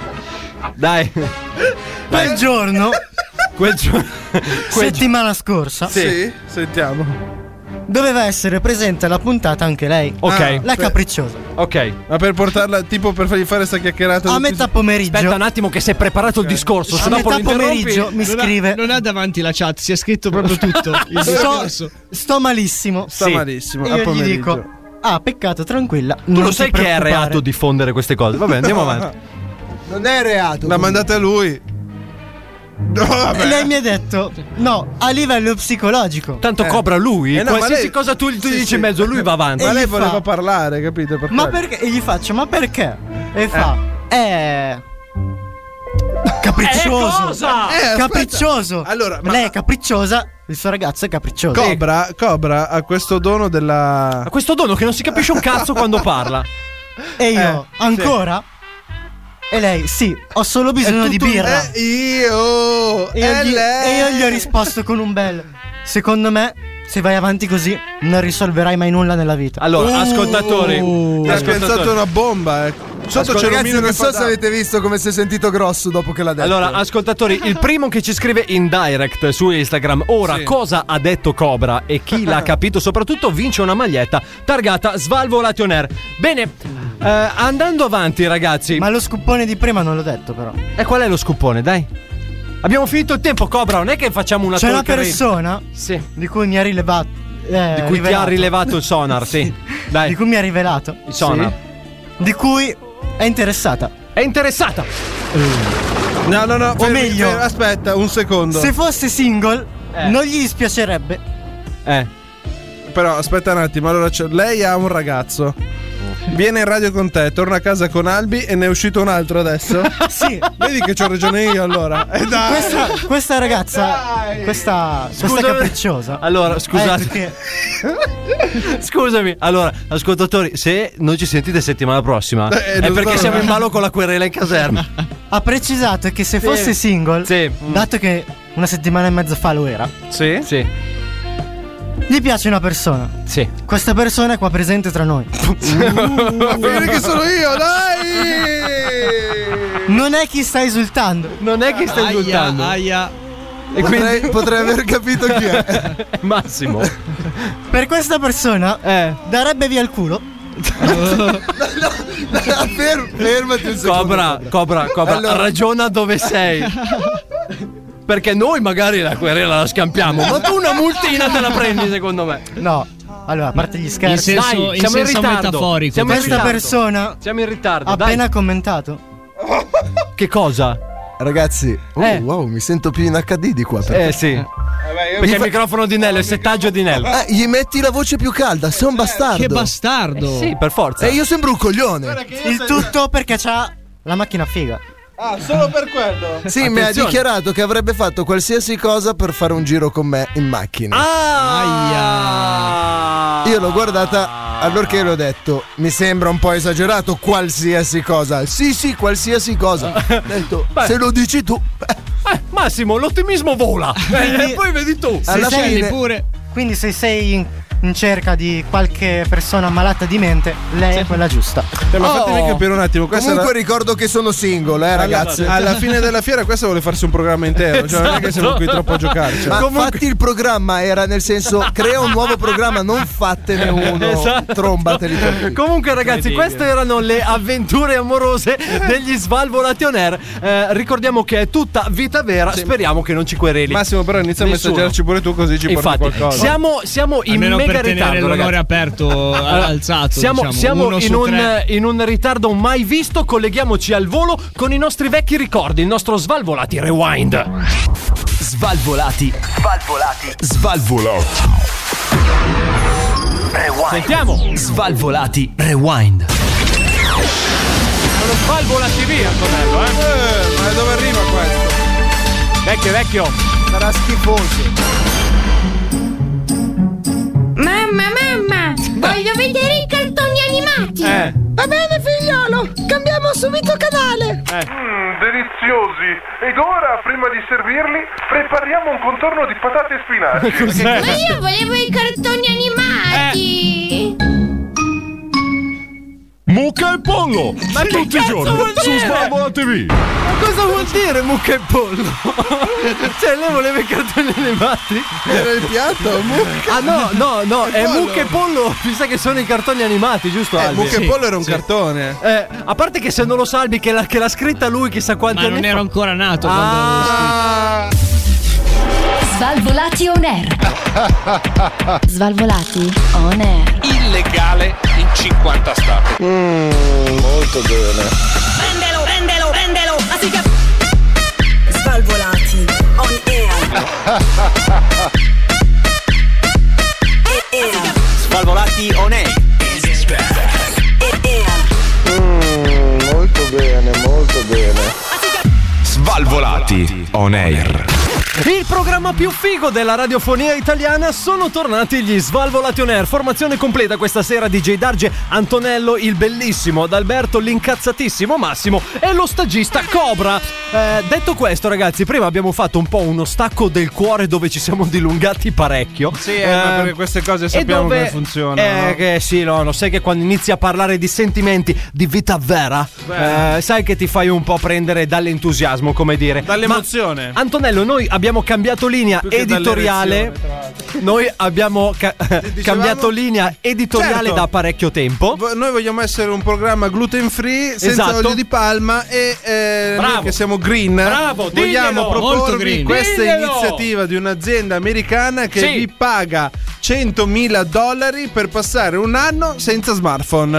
Dai. quel giorno, Quel giorno. settimana scorsa, Sì, sentiamo. doveva essere presente alla puntata anche lei. Ok. Ah, La per- capricciosa. Ok. Ma per portarla, tipo per fargli fare sta chiacchierata A tutti- metà pomeriggio. Aspetta un attimo che si è preparato il discorso, A se dopo lo metà interrompi. pomeriggio mi Non ha- scrive: non ha davanti la chat, si è scritto proprio tutto. Il sto, discorso. sto malissimo. sta Sì. malissimo. E a io gli pomeriggio. dico: ah, peccato, tranquilla. Tu lo sai che è reato diffondere queste cose. Vabbè, andiamo avanti. Non è reato. L'ha mandata lui. No, vabbè. E lei mi ha detto: no, a livello psicologico. Tanto Eh. cobra lui. Eh no, ma qualsiasi lei- cosa tu, tu sì, gli dici sì. in mezzo, lui va avanti. Ma E lei gli voleva fa- parlare, capito? Per Ma quello. perché? E gli faccio: ma perché? E fa: eh. Capriccioso. Eh, cosa? Eh, aspetta. Capriccioso. Allora, ma- lei è capricciosa, il suo ragazzo è capriccioso. Cobra, Cobra ha questo dono della. Ha questo dono che non si capisce un cazzo quando parla. E io: Eh, ancora? E lei: sì, ho solo bisogno di tutto- birra. Eh, io. E io, è gli, lei. e io gli ho risposto con un bel: secondo me, se vai avanti così, non risolverai mai nulla nella vita. Allora, Uh, ascoltatori. Ti ha ascoltatori. pensato una bomba, eh. Sotto Ascolta, c'è Ragazzi, Romino non che so fa se da- avete visto come si è sentito grosso dopo che l'ha detto. Allora, ascoltatori, il primo che ci scrive in direct su Instagram ora Sì. cosa ha detto Cobra e chi l'ha capito soprattutto vince una maglietta targata Svalvolation Air. Bene, eh, andando avanti ragazzi. Ma lo scuppone di prima non l'ho detto, però. E qual è lo scuppone, dai? Abbiamo finito il tempo, Cobra, non è che facciamo una C'è una talk radio. persona Sì. di cui mi ha rilevato. eh, Di cui ti ha rilevato il sonar, sì. Dai. Di cui mi ha rivelato. Il sonar. Di cui è interessata. È interessata. No, no, no. O fermi, meglio- fermi, aspetta un secondo. Se fosse single, Eh. non gli dispiacerebbe. Eh. Però aspetta un attimo. Allora, c'è- lei ha un ragazzo. Viene in radio con te, torna a casa con Albi e ne è uscito un altro adesso. Sì. Vedi che c'ho ragione io allora. Eh dai. Questa, questa ragazza, Dai. questa, questa Scusami. capricciosa. Allora, scusate. Eh, perché Scusami. Allora, ascoltatori, se non ci sentite settimana prossima Eh, è non perché so- siamo in ballo con la querela in caserma. ha precisato che se fosse single, Sì. dato che una settimana e mezzo fa lo era, Sì? Sì. gli piace una persona. Sì. Questa persona è qua presente tra noi. Ma finire che sono io, dai! Non è chi sta esultando. Non è che stai Aia, insultando. aia. E Potrei, quindi potrei aver capito chi è. Massimo. Per questa persona Eh. darebbe via il culo. Fer- fermati un secondo. Cobra, Cobra, Cobra, Allora- ragiona dove sei. Perché noi magari la querela la scampiamo, ma tu una multina te la prendi secondo me. No. Allora, a parte gli In scherzi, senso, Dai, in siamo in senso ritardo. metaforico. Siamo in questa ritardo. persona Siamo in ritardo, ha dai. appena commentato. Che cosa? Ragazzi, oh, Eh. wow, mi sento più in acca di di qua. perché- Eh sì. Perché il microfono di Nello, il settaggio di Nello. Eh, gli metti la voce più calda, sei un bastardo. Che bastardo. Sì, per forza. E io sembro un coglione. Il tutto perché c'ha la macchina figa. Ah, solo per quello. Sì, mi ha Attenzione. dichiarato che avrebbe fatto qualsiasi cosa per fare un giro con me in macchina. Ah! Io l'ho guardata allorché le ho detto: mi sembra un po' esagerato qualsiasi cosa. Sì, sì, qualsiasi cosa. Ho detto: Beh. se lo dici tu. beh, Eh, Massimo, l'ottimismo vola. Eh, Quindi- e poi vedi tu. alla sei- fine pure. Quindi se sei in- in cerca di qualche persona malata di mente, lei sì. è quella giusta. Eh, ma Oh. fatemi capire un attimo. Comunque era... ricordo che sono single, eh, ragazzi. Alla, alla fine della fiera questa vuole farsi un programma intero. Cioè, non è che siamo qui troppo a giocarci. Ma Comunque... fatti il programma, era nel senso, crea un nuovo programma, non fattene uno. Esatto. Trombateli. Comunque, ragazzi, queste erano le avventure amorose degli Svalvolati on Air. Eh, ricordiamo che è tutta vita vera. Sì. Speriamo che non ci quereli. Massimo, però inizia Nessuno. a messaggiarci pure tu, così ci Infatti, porti qualcosa. Siamo, siamo in Almeno mega per tenere ritardo, l'onore ragazzi. aperto, Allora, alzato. Siamo, diciamo, siamo uno in, su un, tre. in un ritardo mai visto. Colleghiamoci al volo con i nostri vecchi ricordi. Il nostro Svalvolati Rewind. Svalvolati. Svalvolati. Svalvolati. Rewind. Sentiamo. Svalvolati. Rewind. Sono Svalvolati via, Antonello, eh? Eh, ma dove arriva questo? Vecchio, vecchio. Sarà schifoso. Mamma, mamma, voglio vedere i cartoni animati. Eh. Va bene, figliolo, cambiamo subito canale. Eh. Mmm, deliziosi. Ed ora, prima di servirli, prepariamo un contorno di patate e spinaci. Cos'è? Ma io volevo i cartoni animati. Mucca e pollo! Ma che tutti i cazzo giorni vuol su dire? Svalvola ti vu. Ma cosa vuol dire mucca e pollo? Cioè, lei voleva i cartoni animati? Era il piatto? Mucca. Ah, no, no, no, è pollo. mucca e pollo. Mi sa che sono i cartoni animati, giusto? Eh, Albi? Mucca e pollo era un cartone. Eh, a parte che se non lo sa Albi che, la, che l'ha scritta lui chissà quanti Ma anni non ero fa. ancora nato Ah. Svalvolati on air. Svalvolati on air. Illegale in cinquanta stati. Mmm, molto bene. Prendelo, prendelo, prendelo. Así que... Svalvolati on air. Svalvolati on air. Mmm, molto bene, molto bene. Svalvolati on air. Il programma più figo della radiofonia italiana, sono tornati gli Svalvolati on air. Formazione completa questa sera: D J Darge, Antonello il bellissimo, Adalberto l'incazzatissimo Massimo e lo stagista Cobra. Eh, detto questo, ragazzi, prima abbiamo fatto un po' uno stacco del cuore dove ci siamo dilungati parecchio. Sì, eh, ma perché queste cose sappiamo dove, come funzionano. Eh, no? che sì, no, lo sai che quando inizi a parlare di sentimenti, di vita vera, eh, sai che ti fai un po' prendere dall'entusiasmo, come dire. Dall'emozione. Ma, Antonello, noi abbiamo cambiato linea editoriale. Noi abbiamo ca- cambiato linea editoriale Certo. da parecchio tempo. V- Noi vogliamo essere un programma gluten free, senza Esatto. olio di palma e eh, Bravo. noi che siamo green. Bravo, vogliamo diglielo. Molto proporvi green. questa Diglielo. iniziativa di un'azienda americana che Sì. vi paga centomila dollari per passare un anno senza smartphone.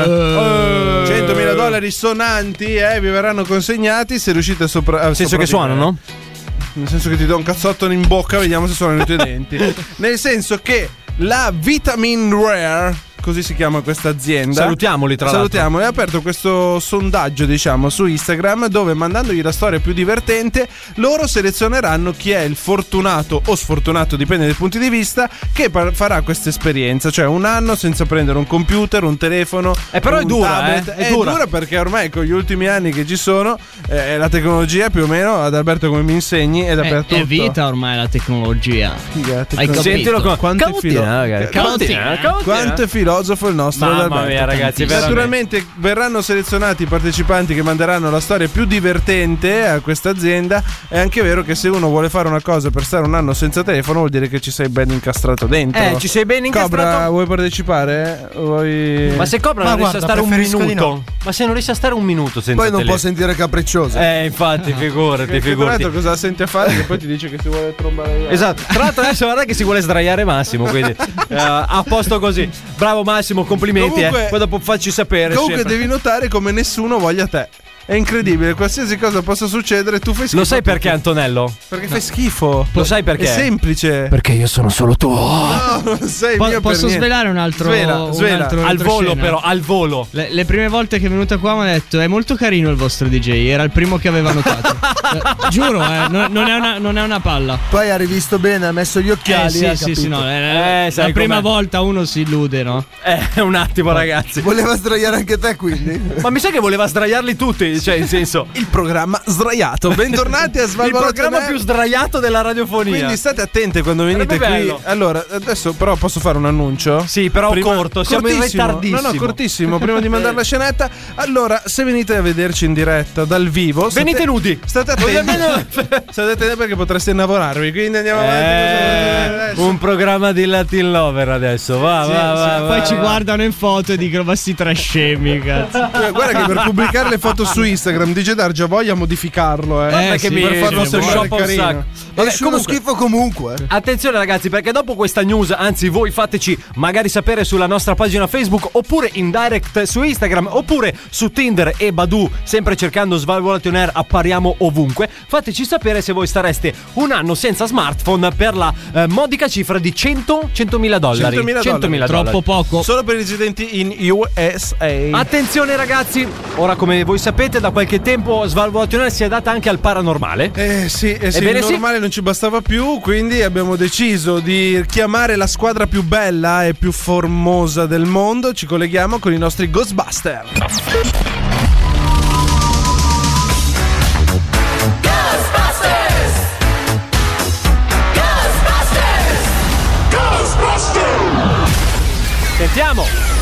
Uh. centomila dollari sonanti, eh, vi verranno consegnati se riuscite a sopra. a Nel senso che sopravvivere. suonano? Nel senso che ti do un cazzotto in bocca, vediamo se suonano i tuoi denti. Nel senso che la Vitamin Rare, così si chiama questa azienda. Salutiamoli, tra Salutiamoli. Ha aperto questo sondaggio, diciamo, su Instagram, dove mandandogli la storia più divertente, loro selezioneranno chi è il fortunato o sfortunato, dipende dai punti di vista, che par- farà questa esperienza. Cioè un anno senza prendere un computer, un telefono. Eh, però un è dura, tablet. eh, è È dura. dura perché ormai con gli ultimi anni che ci sono, eh, la tecnologia più o meno, ad Alberto come mi insegni, è È, dappertutto. è vita ormai la tecnologia. Figa, Hai capito? Sentilo con Quanto è Cauttina, filo- ragazzi. Cauttina, Cauttina, cauttina. Quanto è filosofo il nostro Mamma Adalberto. mia, ragazzi, veramente. Naturalmente verranno selezionati i partecipanti che manderanno la storia più divertente a questa azienda. È anche vero che se uno vuole fare una cosa per stare un anno senza telefono, vuol dire che ci sei ben incastrato dentro. Eh, ci sei ben incastrato. Cobra, vuoi partecipare? Vuoi... Ma se Cobra Ma non riesce a guarda, stare un preferisco di minuto, no. ma se non riesce a stare un minuto senza Poi non può telefono. sentire capriccioso. Eh, infatti, figurati, Che, che tra figurati. l'altro cosa la senti a fare? Che poi ti dice che si vuole trombare via. Esatto, tra l'altro adesso guarda che si vuole sdraiare Massimo, quindi eh, a posto così. Bravo Massimo, complimenti. Comunque- eh. Poi dopo facci sapere. Comunque sempre. devi notare come nessuno voglia te. È incredibile, qualsiasi cosa possa succedere, tu fai schifo. Lo sai a tutti. perché, Antonello? Perché fai schifo. Lo sai perché? È semplice. Perché io sono solo tuo. No, non sei Po- mio per posso niente. svelare un altro, Svela, un svela. altro Al volo, retroscena? però, al volo. Le, le prime volte che è venuta qua mi ha detto: è molto carino il vostro D J. Era il primo che aveva notato. Eh, Giuro, eh, non, non, è una, non è una palla. Poi ha rivisto bene, ha messo gli occhiali. Eh sì, ha sì, sì, capito. no, eh, Eh, sai la prima com'è. volta uno si illude, no? Eh, un attimo, ragazzi. Voleva sdraiare anche te, quindi. Ma mi sa che voleva sdraiarli tutti. Sì, cioè in senso il programma sdraiato. Bentornati a Svalvolato. Il programma Nerd. più sdraiato della radiofonia. Quindi state attenti quando venite qui. bello. Allora, adesso però posso fare un annuncio? Sì, però corto, siamo in ritardissimo. No, no, cortissimo, prima di mandare la scenetta. Allora, se venite a vederci in diretta dal vivo, state, venite nudi. State attenti. State attenti perché potreste innamorarvi. Quindi andiamo Eh, avanti. un programma di Latin Lover adesso. Va, Sì, va, sì, va, poi va, ci va. guardano in foto e dicono: ma sti trascemi, cazzo. Eh, Guarda che per pubblicare le foto su Instagram D J Dargia voglia modificarlo, eh. Guarda che sì, mi per farlo mi sembrare shoppa un carino. sacco. Vabbè, Esce uno comunque, schifo comunque. attenzione ragazzi, perché dopo questa news, anzi voi fateci magari sapere sulla nostra pagina Facebook, oppure in direct su Instagram, oppure su Tinder e Badoo, sempre cercando Svalvolati On Air, appariamo ovunque. Fateci sapere se voi stareste un anno senza smartphone per la eh, modica cifra di cento centomila dollari. centomila dollari. Troppo poco. Solo per i residenti in U S A. Attenzione ragazzi, ora come voi sapete da qualche tempo Svalvolati On Air si è data anche al paranormale. Eh sì, eh sì, Ebbene il sì. normale non ci bastava più, quindi abbiamo deciso di chiamare la squadra più bella e più formosa del mondo. Ci colleghiamo con i nostri Ghostbuster. Sentiamo.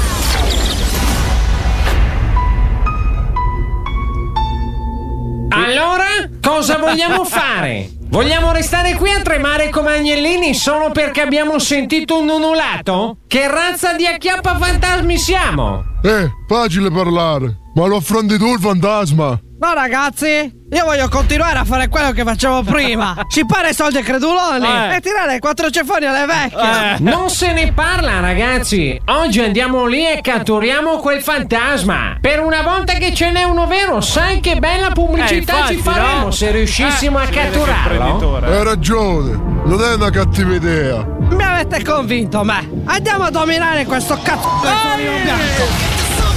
Allora, cosa vogliamo fare? Vogliamo restare qui a tremare come agnellini solo perché abbiamo sentito un ululato? Che razza di acchiappafantasmi siamo? Eh, facile parlare. Ma lo affronti tu il fantasma? No ragazzi, io voglio continuare a fare quello che facevo prima. Ci pare soldi e creduloni Eh. e tirare quattro ceffoni alle vecchie. Non se ne parla, ragazzi. Oggi andiamo lì e catturiamo quel fantasma. Per una volta che ce n'è uno vero, sai che bella pubblicità Eh, infatti, ci faremo no? se riuscissimo Eh, a si vede che è catturarlo. imprenditore. Hai ragione. Non è una cattiva idea. Mi avete convinto me. Andiamo a dominare questo cazzo del sonino bianco.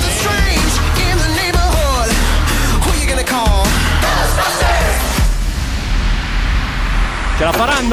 Ce la faranno?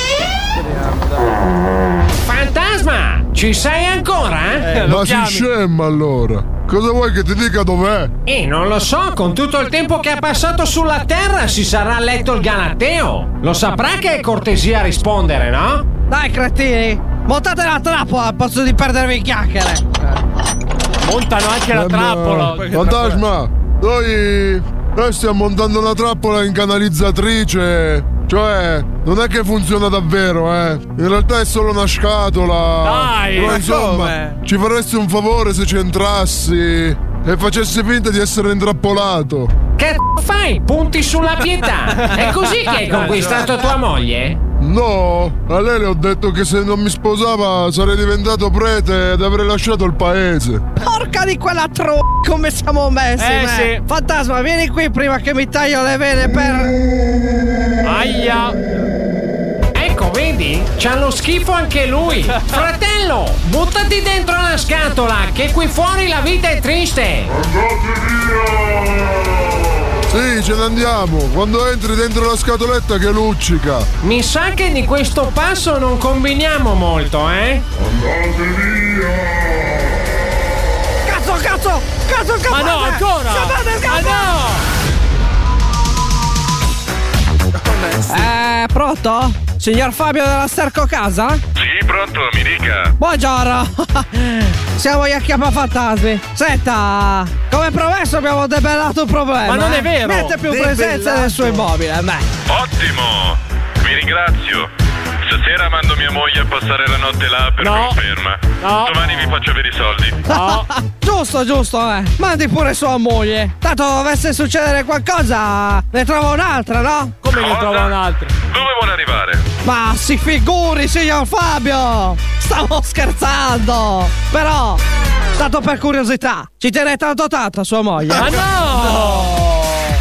Fantasma, ci sei ancora? Eh, lo Ma sei chiami. scema allora. Cosa vuoi che ti dica dov'è? Eh, non lo so, con tutto il tempo che ha passato sulla Terra si sarà letto il Galateo. Lo saprà che è cortesia rispondere, no? Dai cretini, montate la trappola al posto di perdervi in chiacchiere. Montano anche la Eh, ma- trappola. Fantasma, noi, noi stiamo montando una trappola in canalizzatrice. Cioè, non è che funziona davvero, eh. In realtà è solo una scatola. Dai, Però ma insomma, come? ci faresti un favore se ci entrassi e facessi finta di essere intrappolato. Che fai? Punti sulla pietà. È così che hai conquistato tua moglie? No, a lei le ho detto che se non mi sposava sarei diventato prete ed avrei lasciato il paese. Porca di quella tro... come siamo messi, Eh, me. sì. Fantasma, vieni qui prima che mi taglio le vene per... Aia. Ecco, vedi? C'ha lo schifo anche lui. Fratello, buttati dentro la scatola, che qui fuori la vita è triste. Sì, ce ne andiamo. Quando entri dentro la scatoletta che luccica. Mi sa che di questo passo non combiniamo molto, eh? Cazzo, cazzo, cazzo, cazzo! Ma no, ancora! Ma no! Eh, pronto? Signor Fabio della Sterco Casa? Sì, pronto, mi dica. Buongiorno! Siamo gli acchiappafantasmi. Senta, come promesso abbiamo debellato un problema. Ma non è eh. vero! Mette più Debellato. presenza nel suo immobile, beh. Ottimo, vi ringrazio. Stasera mando mia moglie a passare la notte là per No. conferma. No. Domani vi faccio avere i soldi. No. Giusto, giusto, eh. Mandi pure sua moglie. Tanto dovesse succedere qualcosa, ne trovo un'altra, no? Come ne Cosa? trova un altro? Dove vuole arrivare? Ma si figuri, signor Fabio! Stavo scherzando! Però, tanto per curiosità, ci tiene tanto tanto a sua moglie? Ma no!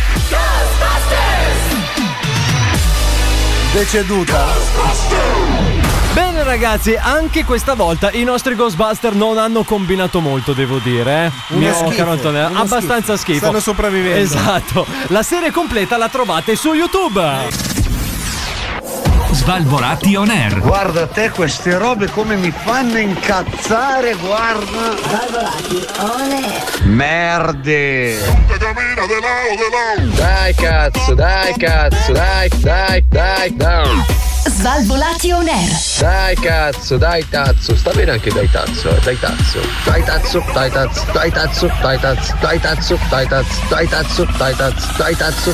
Deceduta. Bene ragazzi, anche questa volta i nostri Ghostbuster non hanno combinato molto, devo dire, eh. Uno Mio schifo, caro Antonello, uno abbastanza schifo. Stanno sopravvivendo. Esatto. La serie completa la trovate su YouTube. Svalvolati on air. Guarda te queste robe come mi fanno incazzare, guarda. Svalvolati on air. Merde. Dai cazzo, dai cazzo, dai, dai, dai, dai. Svalvolati on air. Dai cazzo, dai tazzo, sta bene anche dai tazzo, eh, dai tazzo, dai tazzo, dai tazzo, dai tazzo, dai tazzo, dai tazzo, dai tazzo, dai tazzo, dai tazzo, dai tazzo.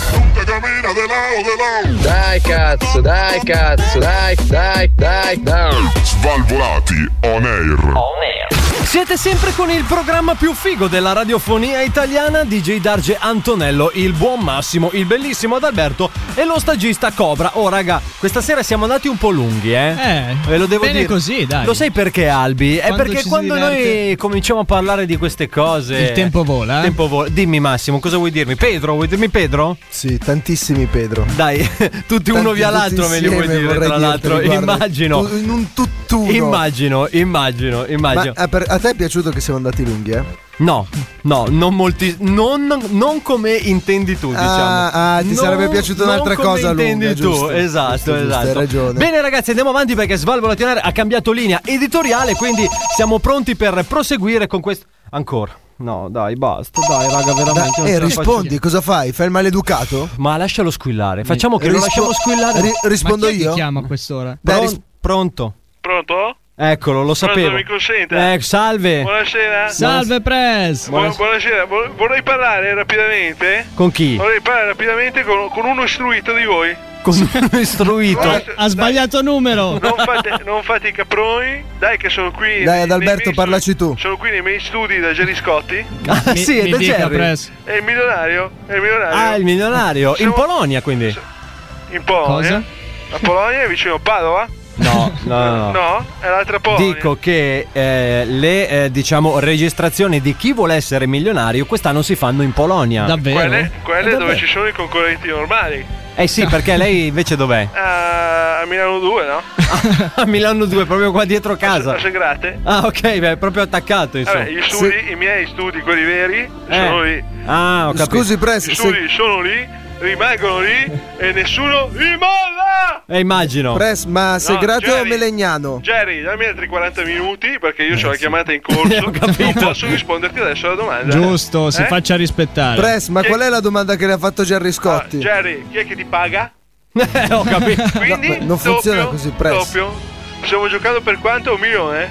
Dai cazzo, dai cazzo, dai, dai, dai, dai. Svalvolati on air. On air. Siete sempre con il programma più figo della radiofonia italiana, D J Darge Antonello, il buon Massimo, il bellissimo Adalberto e lo stagista Cobra. Oh raga, questa sera siamo andati un po' lunghi, eh? Eh, Ve lo devo bene dire. Così, dai. Lo sai perché, Albi? È Quando perché ci si quando diverte- noi cominciamo a parlare di queste cose Il tempo vola, eh? Il tempo vola. Dimmi Massimo, cosa vuoi dirmi? Pedro, vuoi dirmi Pedro? Sì, tantissimi Pedro. Dai, tutti uno Tanti- via tutti l'altro me li vuoi insieme, dire, vorrei tra dirteli, l'altro. guarda, Immagino. tu- in un tutt'uno. Immagino, immagino, immagino. Ma a, per- a te è piaciuto che siamo andati lunghi, eh? No, no, non molti. Non, non come intendi tu, diciamo. Ah, ah, ti Non- sarebbe piaciuta non un'altra come cosa intendi lunga, tu, giusto, esatto, giusto, giusto, esatto. hai ragione. Bene, ragazzi, andiamo avanti perché Svalvolati on Air ha cambiato linea editoriale, quindi siamo pronti per proseguire con questo. Ancora. No, dai, basta, dai, raga, veramente. Dai, eh, rispondi, cosa fai? Fai il maleducato? Ma lascialo squillare. Facciamo che lo Rispo- lasciamo squillare. ri- rispondo Ma chi è che io? chiama a quest'ora? Dai, Pron- ris- pronto. Pronto? Eccolo, lo sapevo. Mi consente? Eh, salve. Buonasera. Salve Press. Bu- buonasera, Vo- vorrei parlare rapidamente. Con chi? Vorrei parlare rapidamente con, con uno istruito di voi. Con uno istruito. Guarda, Ha sbagliato numero. Non fate, non fate i caproni. Dai, che sono qui. Dai, nei- Adalberto, nei miei parlaci studi- tu. Sono qui nei miei studi da Gerry Scotti. Ah, Mi- sì, è mi da dica, Jerry. Press. È il milionario. È il milionario. Ah, il milionario. In Siamo- Polonia, quindi. In Polonia. Cosa? La Polonia è vicino a Padova? No, no, no. no. No, è l'altra Polonia. Dico che eh, le eh, diciamo registrazioni di chi vuole essere milionario quest'anno si fanno in Polonia. Davvero? Quelle, quelle Eh, dove davvero? ci sono i concorrenti normali. Eh sì, perché lei invece dov'è? Ah, a Milano due, no? A Milano due, proprio qua dietro A casa. Segrate. Ah, ok, beh, è proprio attaccato, insomma. Vabbè, gli studi, i miei studi, quelli veri, sono lì. Ah, ho capito. Scusi, Press, Gli se- studi sono lì, rimangono lì e nessuno li molla! Eh, immagino. Press, ma Segrate o Jerry. Melegnano? Jerry, dammi altri quaranta minuti perché io ho la chiamata in corso. Ho capito. Non posso risponderti adesso alla domanda. Giusto, si Eh? faccia rispettare. Press, ma Che- qual è la domanda che le ha fatto Gerry Ah, Scotti? Jerry, chi è che ti paga? Eh, ho capito. Quindi ma non funziona doppio, così, Press. doppio. Stiamo giocando per quanto? Un milione?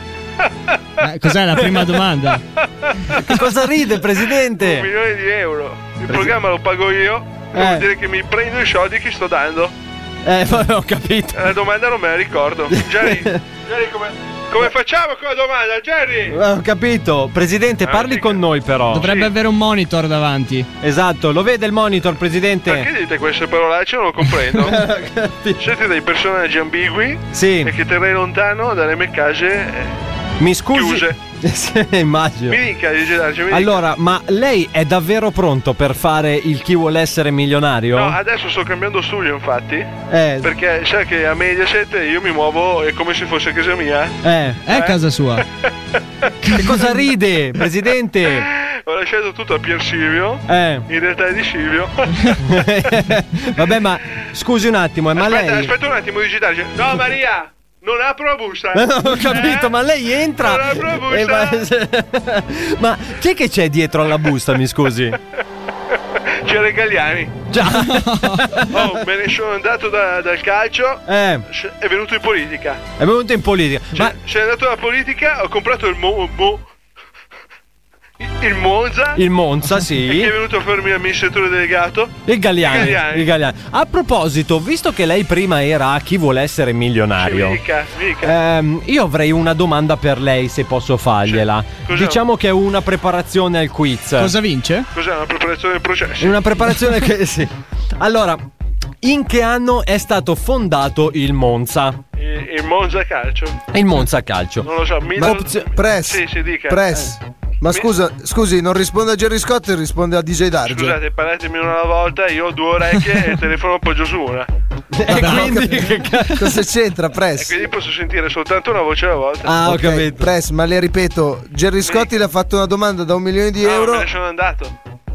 Eh, cos'è la prima domanda? Che cosa ride, Un presidente? milione di euro. Il programma lo pago io. Eh. Vuol dire che mi prendo i soldi che sto dando. Eh, vabbè, ho capito. La domanda non me la ricordo. Jerry, Jerry come, come facciamo con la domanda, Jerry? Eh, Ho capito. Presidente, Ah, parli sì. con noi però. Dovrebbe Sì. avere un monitor davanti. Esatto, lo vede il monitor, presidente? Perché dite queste parolacce? Non lo comprendo. Siete dei personaggi ambigui Sì, e che terrei lontano dalle mie case eh, mi scusi. chiuse. Sì, immagino. Mi dica, D J Darge, mi dica. Allora, ma lei è davvero pronto per fare il chi vuole essere milionario? No, adesso sto cambiando studio, infatti. Eh, Perché sai che a Mediaset io mi muovo è come se fosse casa mia. eh. È casa sua. Che cosa ride, presidente? Ho lasciato tutto a Pier Silvio. Eh. In realtà è di Silvio. Vabbè, ma scusi un attimo, eh, ma aspetta, lei. aspetta un attimo, D J Darge. No, Maria! Non apro la busta. Eh, no, ho capito, Eh? ma lei entra. Non apro la busta. Eh, ma... ma chi è che c'è dietro alla busta, mi scusi? C'era Galliani. Già. Oh, me ne sono andato da- dal calcio. Eh, È venuto in politica. è venuto in politica. Ma Cioè, sono andato alla politica, ho comprato il Mo... Mo- il Monza. il Monza, E chi sì. è venuto a farmi l'amministratore delegato? Il Galliani, Il Galliani. il Galliani. A proposito, visto che lei prima era a chi vuole essere milionario, Mica, mica. ehm, io avrei una domanda per lei, se posso fargliela. Cos'è? Diciamo che è una preparazione al quiz. Cosa vince? Cos'è una preparazione del processo? È una preparazione che sì. Allora, in che anno è stato fondato il Monza? Il, il Monza Calcio. Il Monza Calcio. Non lo so. Ma Milan... opzio- Press, Sì, si dica. Press. Ma scusa, scusi, non risponde a Gerry Scotti, risponde a D J Darge. Scusate, parlatemi una alla volta, io ho due orecchie e il telefono appoggio su una. E quindi che cazzo? Cosa c'entra, E Press? quindi posso sentire soltanto una voce alla volta. Ah, ho Ok, capito. Press, ma le ripeto, Gerry Scotti le ha fatto una domanda da un milione di No, me euro. ne sono andato.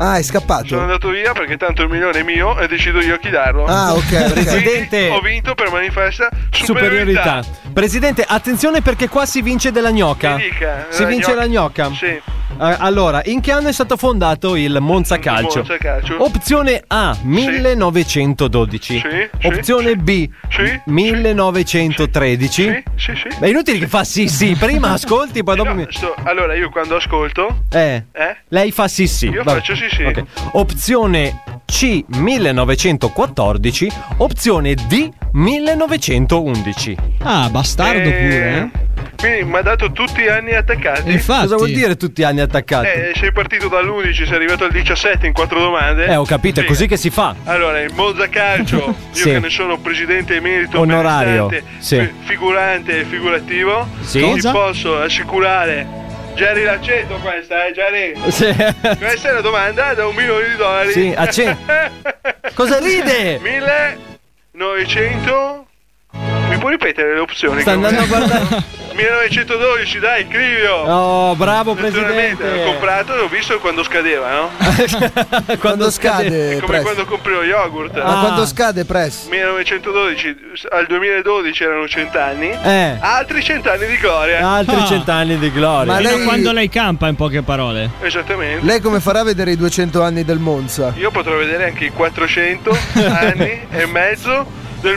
Ah, è scappato. Sono andato via perché tanto il milione è mio e decido io a chi darlo. Ah, ok. Presidente. Ho vinto per manifesta superiorità. superiorità. Presidente, attenzione perché qua si vince della gnocca. Mi dica, si la vince la gnocca. Sì. Eh, allora, in che anno è stato fondato il Monza Calcio? Monza Calcio. Opzione A, millenovecentododici. Sì, sì, Opzione B, Sì, millenovecentotredici. Sì, sì. È inutile che fa sì, sì. Prima ascolti, poi dopo No, mi... sto- allora io quando ascolto Eh. Eh? Lei fa sì, sì. Io Vabbè. faccio sì, sì. Ok. Opzione C, millenovecentoquattordici. Opzione D, millenovecentoundici. Ah, bastardo Eh, pure, eh? Quindi mi ha dato tutti gli anni attaccati. Cosa vuol dire tutti gli anni attaccati? Eh, sei partito dall'undici, sei arrivato al diciassette in quattro domande. Eh, ho capito, è Sì. così che si fa. Allora, il Monza Calcio, io Sì. che ne sono presidente emerito, Onorario, benestante, sì. fi- figurante e figurativo, Sì. ti Cosa? posso assicurare. Jerry l'accento questa, eh Jerry? Sì. Questa è la domanda da un milione di dollari. Sì, accento. Cosa ride? millenovecento. Mi puoi ripetere le opzioni? Sta che- andando a guardare. millenovecentododici, dai, scrivilo. Oh, bravo Naturalmente, presidente. l'ho comprato e ho visto quando scadeva, no? Quando scade, È come Press? quando compri lo yogurt. Ma quando scade, Press? millenovecentododici al duemiladodici erano cent'anni. Eh. Altri cent'anni di gloria. Altri Ah. cent'anni di gloria. Ma Fino lei- a quando lei campa, in poche parole. Esattamente. Lei come farà a vedere i duecento anni del Monza? Io potrò vedere anche i quattrocento anni e mezzo del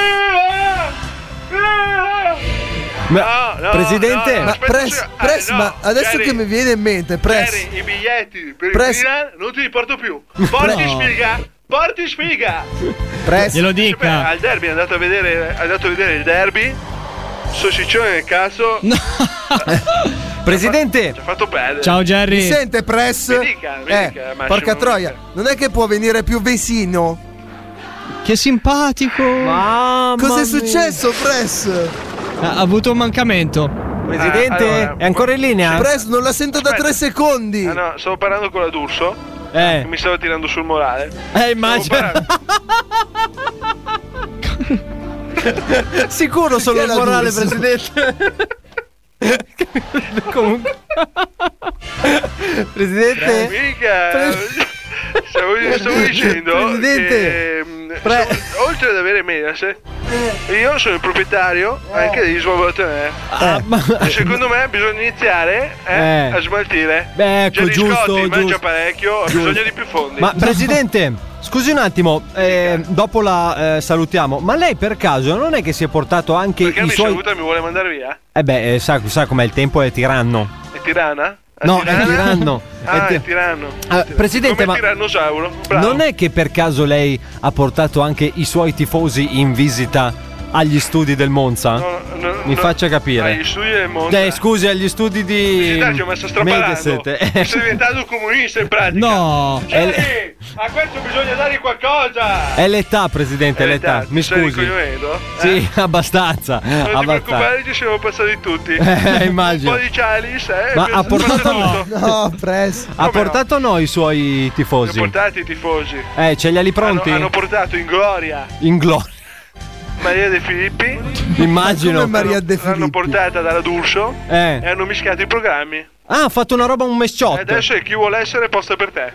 Ma- no, no, Presidente? no, Ma aspetta, Press, sì, eh, Press, no, ma adesso Jerry, che mi viene in mente, Press. Jerry, i biglietti per Press. il Milan non ti li porto più. Porti No. sfiga, porti sfiga. Press. Glielo Beh, dica. al derby è andato a vedere, è andato a vedere il derby. Salsiccione nel cazzo. Presidente. Ci ha fatto perdere. Ciao Mi Jerry. sente, Press? Mi dica, mi eh, dica, Massimo, porca mi troia, dica. non è che può venire più vicino? Che simpatico. Mamma Cos'è mia. successo, Press? Ha avuto un mancamento. Presidente, Ah, allora, è ancora in linea? Press, non la sento da Aspetta. tre secondi. Ah no, stavo parlando con la D'Urso. Eh. Che mi stava tirando sul morale. Eh, immagino. Sicuro solo Chi è il la morale, D'Urso? presidente. Comunque. Presidente. Mica. Stavo, stavo dicendo Presidente. che mm, Pre- stavo- oltre ad avere Mediaset, io sono il proprietario anche degli Svalvolazione. Ah, ma- E secondo me bisogna iniziare eh, Eh. a smaltire. Beh, ecco, Gerry giusto, Scotti mangia giusto. parecchio, ha Giusto. bisogno di più fondi. Ma presidente, scusi un attimo, eh, dopo la eh, salutiamo. Ma lei per caso non è che si è portato anche Perché i mi suoi. saluta e mi vuole mandare via? Eh beh, eh, sa, sa com'è il tempo, è tiranno. È tirana? È No, è tirana? tiranno. Ah, È è, ti- tiranno. Ah, presidente, Come ma tirannosauro. Bravo. non è che per caso lei ha portato anche i suoi tifosi in visita agli studi del Monza? No, no, Mi no. faccia capire. Agli studi del Monza. Eh, scusi, agli studi di Dai, ma sto straparando. Mediaset. Eh. Mi sei diventato comunista in pratica. No. Jerry, a questo bisogna dargli qualcosa. È l'età, presidente, è l'età. Mi Ti stai scusi. ricoglionendo? Sì, abbastanza. Non ti abbastanza. preoccupare, ci siamo passati tutti. Eh, immagino. Un po' di Chalice, eh. Ma abbiamo ha portato- passato tutto. No, Press. Ha Come portato noi i suoi Hanno tifosi. portato i tifosi. Eh, ce li ha lì pronti? Hanno, hanno portato in gloria In gloria. Maria De Filippi. Immagino. Come Maria De L'hanno Filippi? portata dalla D'Urso Eh. e hanno mischiato i programmi. Ah, ha fatto una roba un E mesciotto. adesso è chi vuole essere posta per te.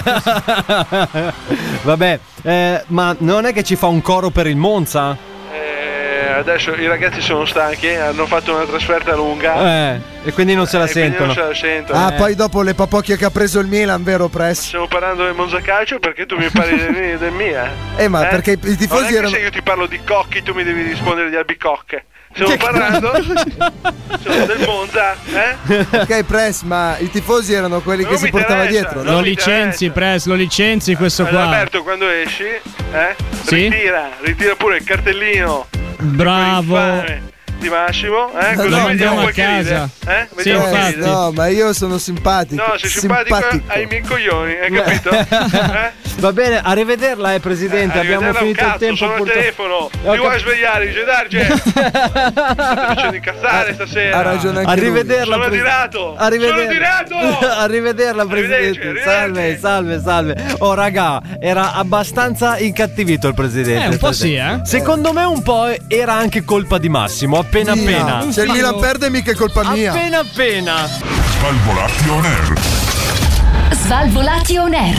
Vabbè, eh, ma non è che ci fa un coro per il Monza? Eh, adesso i ragazzi sono stanchi, hanno fatto una trasferta lunga. Eh, e quindi non se la e quindi sentono. non se la sentono. Ah, Eh. poi dopo le papocchie che ha preso il Milan, vero, Press? Stiamo parlando del Monza Calcio perché tu mi parli del, del Mia. Eh, ma perché i tifosi non è che erano- se io ti parlo di cocchi tu mi devi rispondere di albicocche. Stiamo parlando sono del Monza, eh? Ok, Press, ma i tifosi erano quelli Non che si mi portava interessa, dietro, non Lo no? mi licenzi, Press, lo licenzi questo qua. Alberto, quando esci, eh? Sì? Ritira, ritira pure il cartellino. Bravo. Infame di Massimo, eh? No, Così no, vediamo andiamo a quel che casa. ride. Eh? Sì, Vediamo Eh, chi infatti. ride. no, ma io sono simpatico. No, sei simpatico, simpatico. ai miei coglioni, hai capito? Eh? Va bene, arrivederla, eh, presidente. Eh, Abbiamo arrivederla un finito il cazzo, tempo. sono al purtroppo. telefono. Ho Mi cap- vuoi svegliare, dice Darge? State facendo incazzare stasera. Ha ragione anche Arrivederla, Sono pres- adirato. Arriveder- Sono adirato. Arrivederla, presidente. Arrivederci, Salve, arrivederci. salve, salve. Oh, raga, era abbastanza incattivito il presidente. Eh, un po' sì, eh. Secondo me un po' era anche colpa di Massimo, appena Sì, appena. no. Se il Milan perde mica è colpa mia. Appena appena. Svalvolati on air. Svalvolati on air.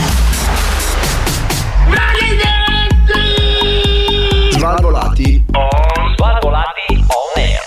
Svalvolati. Svalvolati on air.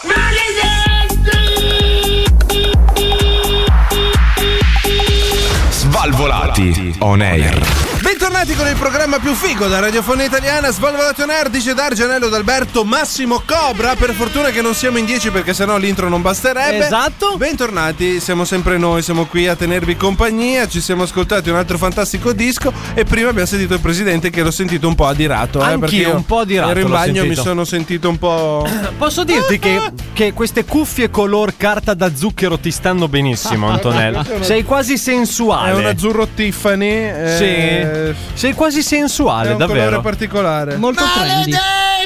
Svalvolati on air. Bentornati con il programma più figo della radiofonia italiana, Svalvolati on air, dice Dargianello d'Alberto, Massimo Cobra. Per fortuna che non siamo in dieci perché sennò l'intro non basterebbe. Esatto. Bentornati, siamo sempre noi, siamo qui a tenervi compagnia. Ci siamo ascoltati un altro fantastico disco e prima abbiamo sentito il presidente che l'ho sentito un po' adirato. eh, Anch'io perché io un po' adirato ero in l'ho bagno, sentito. mi sono sentito un po'. Posso dirti che, che queste cuffie color carta da zucchero ti stanno benissimo, Antonello. Sei quasi sensuale. È un azzurro Tiffany. eh, Sì. Sei quasi sensuale, È un davvero. colore particolare. Molto trendy.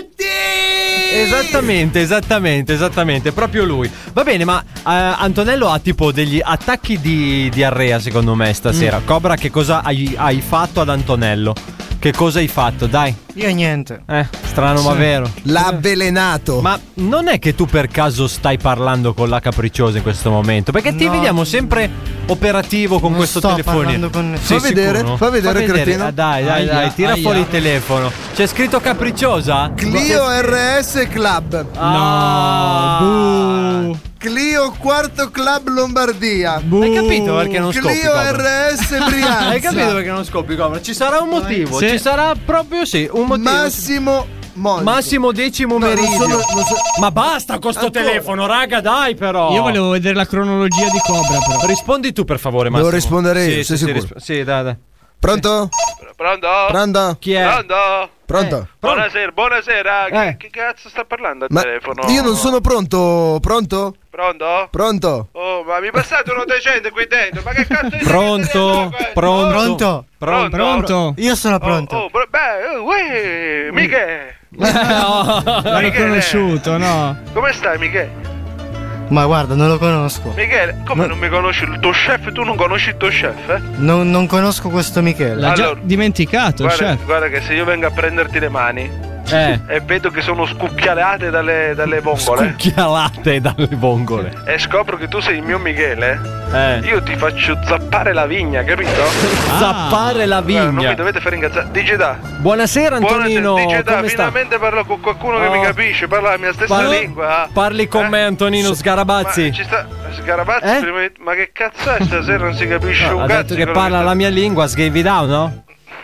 Esattamente, esattamente, esattamente, proprio lui. Va bene, ma eh, Antonello ha tipo degli attacchi di diarrea secondo me stasera. Mm. Cobra, che cosa hai, hai fatto ad Antonello? Che cosa hai fatto? Dai. Io niente. Eh, strano ma Sì. vero. L'ha avvelenato. Ma non è che tu per caso stai parlando con la Capricciosa in questo momento? Perché ti No. vediamo sempre operativo con Non questo sto telefonino. parlando con Sì, nessuno. Fa vedere, sicuro? fa vedere, cretino. Ah, dai, dai, Aia, dai, tira aia. fuori il telefono. C'è scritto Capricciosa? Clio R S Club. Ah. No, buh. Clio Quarto Club Lombardia. Hai capito perché non scopri? Clio Cobra? R S Brianza. Hai capito perché non scopri, Cobra? Ci sarà un motivo. Sì. Ci sarà proprio sì, un motivo. Massimo Monti. Massimo decimo No, non meridio. sono- non so- Ma basta con sto Ancora. telefono, raga, dai però. Io volevo vedere la cronologia di Cobra, però. Rispondi tu per favore, Massimo. Devo rispondere io, Sì, sei sì, sicuro? sì, risp- sì, dai, dai. Pronto? Pronto? Pronto? Chi è? Pronto? Pronto? Buonasera, buonasera. Eh. Che, che cazzo sta parlando al Ma telefono? io non sono pronto. Pronto? Pronto? Pronto? Oh, ma mi passate uno decente qui dentro? Ma che cazzo di Pronto? Pronto? Pronto? Pronto? Pronto? Io sono pronto. Oh, oh, bro- beh, uè, Michele. No, l'ho riconosciuto, no? Come stai, Michele? Ma guarda, non lo conosco. Michele, come Ma- non mi conosci il tuo chef? Tu non conosci il tuo chef, eh? Non, non conosco questo Michele. L'ha già Allora, dimenticato, il Guarda, chef. guarda che se io vengo a prenderti le mani Eh. e vedo che sono scucchialate dalle, dalle vongole Cucchialate dalle vongole. e scopro che tu sei il mio Michele, Eh. io ti faccio zappare la vigna, capito? Zappare la Guarda, non mi vigna. dovete fare incazzare. Digida. Buonasera Antonino. Buonasera, Digida, come sta? finalmente parlo con qualcuno che Oh. mi capisce, parla la mia stessa Parli- lingua. Parli con Eh? me Antonino Ma Sgarabazzi. ci sta Sgarabazzi, Eh? prima di- ma che cazzo è stasera? Non si capisce No, un ha cazzo detto di che quello parla sta- la mia lingua, sgave down, no?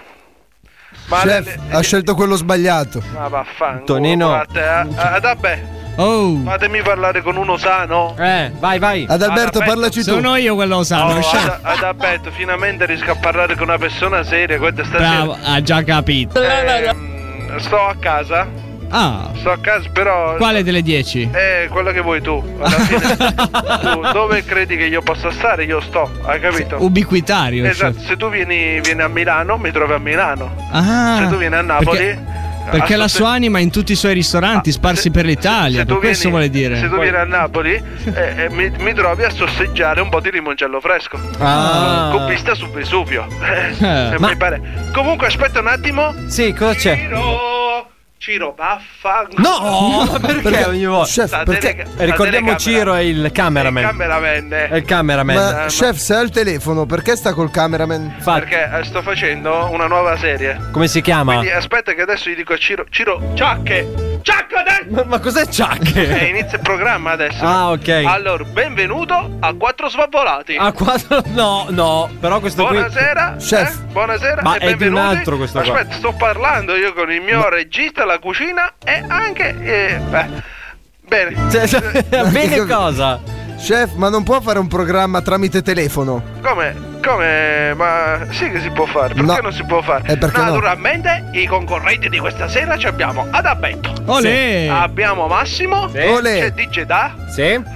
Ma Chef, le- ha scelto quello sbagliato. Ma vaffanculo. Tonino. Fate, ah, ah, vabbè, Oh, fatemi parlare con uno sano. Eh, vai, vai. Adalberto, Adalberto, parlaci tu. sono io quello sano, Oh, chef. ad, Adalberto, finalmente riesco a parlare con una persona seria. Guarda, stasera Bravo, ha già capito. ehm, sto a casa. Ah, Sto a casa, però. quale delle dieci? Eh, quello che vuoi tu. Alla fine, tu dove credi che io possa stare? Io sto, hai capito? Ubiquitario, Esatto, chef. se tu vieni, vieni a Milano, mi trovi a Milano. Ah, Se tu vieni a Napoli. perché- Perché a la soste- sua anima è in tutti i suoi ristoranti sparsi se- per l'Italia, se per tu questo vieni- vuole dire. Se tu vieni a Napoli eh, eh, mi, mi trovi a sorseggiare un po' di limoncello fresco. Ah. Con vista sul Vesuvio. Eh, Eh, ma- mi pare. Comunque aspetta un attimo. Sì, cosa c'è? Ciro, Ciro, vaffanculo. No, ma perché, ogni volta? Chef, Sta perché? telega- sta Ricordiamo telecamera. Ciro è il cameraman. Il cameraman. È il cameraman. Ma Eh, chef, se ha il telefono, perché sta col cameraman? Infatti, Perché eh, sto facendo una nuova serie. come si chiama? Quindi aspetta che adesso gli dico a Ciro. Ciro, ciacche! Ciacche adesso! Ma, ma cos'è Eh, ciacche? inizia il programma adesso. Ah, ok. Allora, benvenuto a Quattro Svalvolati. Ah, quattro. No, no, però questo qui. Buonasera, Chef. eh? Buonasera Ma e è di un benvenuti. altro questo qua. Aspetta, sto parlando io con il mio regista, la cucina e anche eh, beh, bene. Cioè, cioè, bene cosa? Chef, ma non può fare un programma tramite telefono? Come? Come? Ma sì che si può fare. Perché No. non si può fare? Eh, perché no? Naturalmente i concorrenti di questa sera ci abbiamo Adalberto. Olè! Abbiamo Massimo. Sì. Olè. C'è Digeda Sì.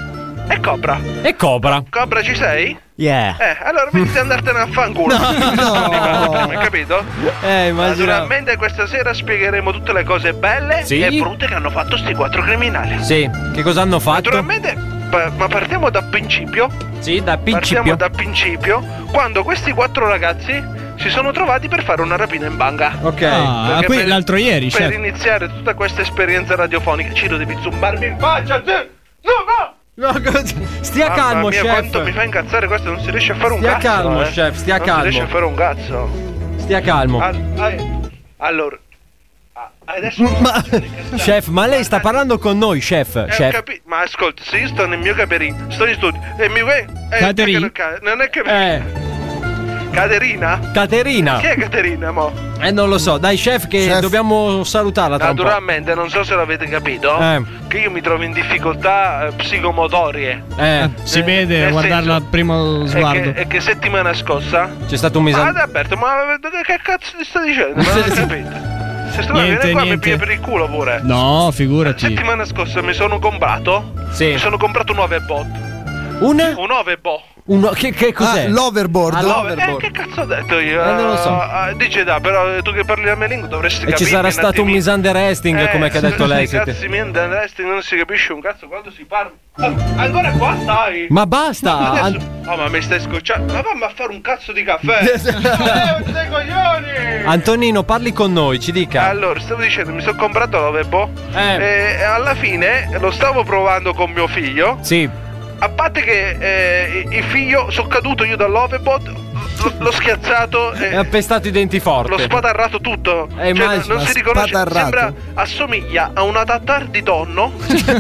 e Cobra. E Cobra. Cobra ci sei? Yeah. Eh, allora vedi di andartene a fanculo. No, Non mi parlo prima, hai capito? Eh, immagino. Naturalmente questa sera spiegheremo tutte le cose belle Sì. e brutte che hanno fatto sti quattro criminali. Sì, che cosa hanno fatto? Naturalmente, pa- ma partiamo da principio. Sì, da Partiamo principio. da principio, quando questi quattro ragazzi si sono trovati per fare una rapina in banca. Ok. Ah, Perché qui per- l'altro ieri, Per chef. iniziare tutta questa esperienza radiofonica, Ciro devi zumbarmi in faccia. te- No, no! No, stia Mamma calmo, mia, chef. quanto mi fa incazzare questo, non si riesce a fare un Stia cazzo. calmo, eh. chef, stia non calmo. Non si riesce a fare un cazzo. Stia calmo. Al- ai- allora, ah, adesso. Ma, chef, ma lei sta parlando con noi, chef. Eh, ho chef. capi- ma ascolta, se io sto nel mio camerino, sto in studio e mi vuoi. Eh, Caterina? perché non, non è che. Eh. Caterina? Caterina. Chi è Caterina, mo? Eh, non lo so, dai, chef, che Chef. dobbiamo salutarla tra un po'. Naturalmente, non so se l'avete capito, Eh. che io mi trovo in difficoltà eh, psicomotorie. Eh, si Eh, vede a nel guardarla al primo E sguardo. che, e che settimana scorsa? C'è stato un Ma mese. Alberto, ma che cazzo ti sto dicendo? Non ho capito. Se sto Niente, viene qua mi niente. piglia per il culo pure. No, figurati. Settimana scorsa mi sono comprato. Sì. Mi sono comprato un overbot. Un? Un overbot. Uno, che, che cos'è? Ah, l'overboard. Ah, Eh, l'overboard. che cazzo ho detto io? Eh, non lo so. Ah, dice da, però tu che parli la mia lingua dovresti E capire. ci sarà stato un misunderstanding, Eh, come che ha detto lei. siete- Cazzi, mi andresti, non si capisce un cazzo quando si parla. Ah, ancora qua stai? Ma basta! Ma adesso- An- Oh, ma mi stai scocciando? Ma vammi a fare un cazzo di caffè! Eh, sei coglioni! Antonino, parli con noi, ci dica. Allora, stavo dicendo, mi sono comprato l'Ovebo Eh. e alla fine lo stavo provando con mio figlio. Sì. A parte che eh, il figlio, sono caduto io dall'Overbot, l- l'ho schiazzato È e appestato i denti forti. l'ho spatarrato tutto. Eh, Cioè, immagino. non si Ha riconosce, spatarrato. sembra, assomiglia a una tartare di tonno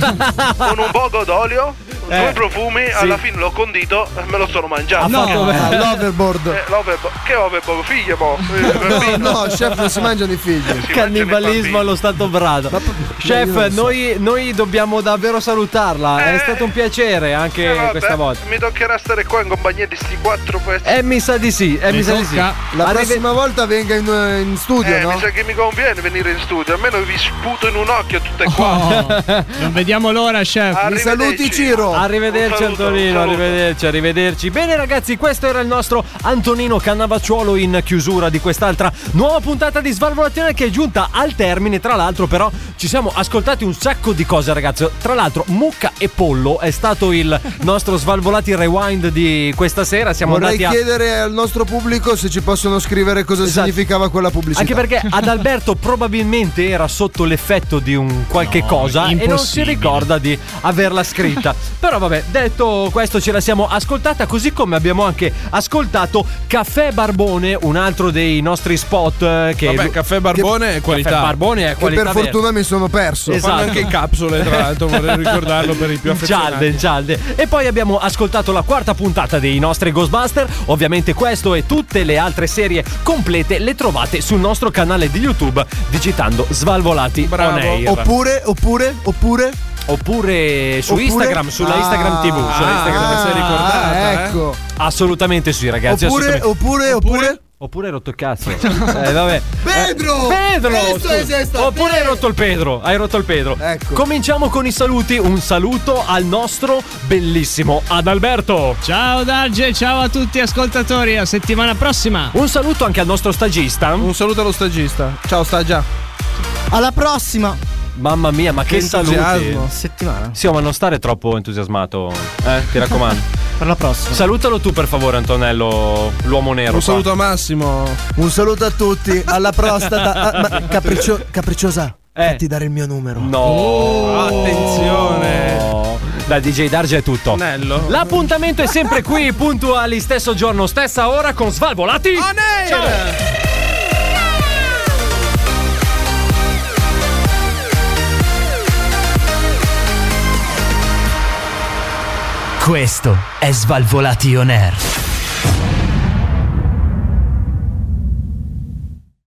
con un poco d'olio, Eh, due profumi, sì. alla fine l'ho condito e me lo sono mangiato. Ha fatto bene. L'overboard. Eh, l'Overboard. Che Overboard? Figlio, mo. No, no, chef, non si mangiano i figli. Cannibalismo allo stato brado. Chef, io non so. noi, noi dobbiamo davvero salutarla. È stato un piacere anche Eh, vabbè, questa volta. mi toccherà stare qua in compagnia di sti quattro pezzi. Eh, mi sa di sì. Eh, mi, sa di sì. La Arrive- prossima volta venga in, in studio, Eh, no? mi sa che mi conviene venire in studio, almeno vi sputo in un occhio tutte e Oh, quattro. non vediamo l'ora, chef. Mi saluti, Ciro. Arrivederci Un saluto, Antonino, un saluto. arrivederci, arrivederci. Bene ragazzi, questo era il nostro Antonino Cannavacciuolo in chiusura di quest'altra nuova puntata di Svalvolazione che è giunta al termine. Tra l'altro però ci siamo ascoltati un sacco di cose ragazzi. Tra l'altro Mucca e Pollo è stato il nostro Svalvolati Rewind di questa sera. Siamo Vorrei andati a... chiedere al nostro pubblico se ci possono scrivere cosa Esatto. significava quella pubblicità. Anche perché ad Alberto probabilmente era sotto l'effetto di un qualche cosa e non si impossibile. ricorda di averla scritta. Però vabbè, detto questo ce la siamo ascoltata, così come abbiamo anche ascoltato Caffè Barbone, un altro dei nostri spot eh, che Vabbè, Caffè Barbone è qualità. Caffè Barbone è Che qualità per vera. fortuna mi sono perso. Esatto. Fanno anche in capsule, tra l'altro, vorrei ricordarlo per i più In cialde, in affezionati. cialde. E poi abbiamo ascoltato la quarta puntata dei nostri Ghostbuster. Ovviamente questo e tutte le altre serie complete le trovate sul nostro canale di YouTube digitando Svalvolati Bravo. on Air. Oppure, oppure, oppure. Oppure su Oppure? Instagram, sulla Ah, Instagram T V. Sulla Instagram ah, ti sei ricordata, Ah, eh? ecco. Assolutamente sì, ragazzi. Oppure, assolutamente. oppure, oppure. Oppure hai rotto il cazzo. eh, vabbè. Pedro! Eh, Pedro! Questo è scusa. stato Oppure te! hai rotto il Pedro. Hai rotto il Pedro. Ecco. Cominciamo con i saluti. Un saluto al nostro bellissimo Adalberto. Ciao Darge, ciao a tutti ascoltatori, a settimana prossima. Un saluto anche al nostro stagista. Un saluto allo stagista. Ciao, Stagia. Alla prossima Mamma mia, ma che, Che saluti. entusiasmo. settimana. Sì, ma non stare troppo entusiasmato. Eh, ti raccomando. Per la prossima. Salutalo tu per favore, Antonello, l'uomo nero. Un qua. saluto a Massimo. Un saluto a tutti. Alla prostata. Ah, ma capriccio- capricciosa. Eh. Fatti dare il mio numero. No. Oh, attenzione. Da D J Darge è tutto. Nello. L'appuntamento è sempre qui, puntuali, stesso giorno, stessa ora con Svalvolati. On air! Ciao. Questo è Svalvolati On Air.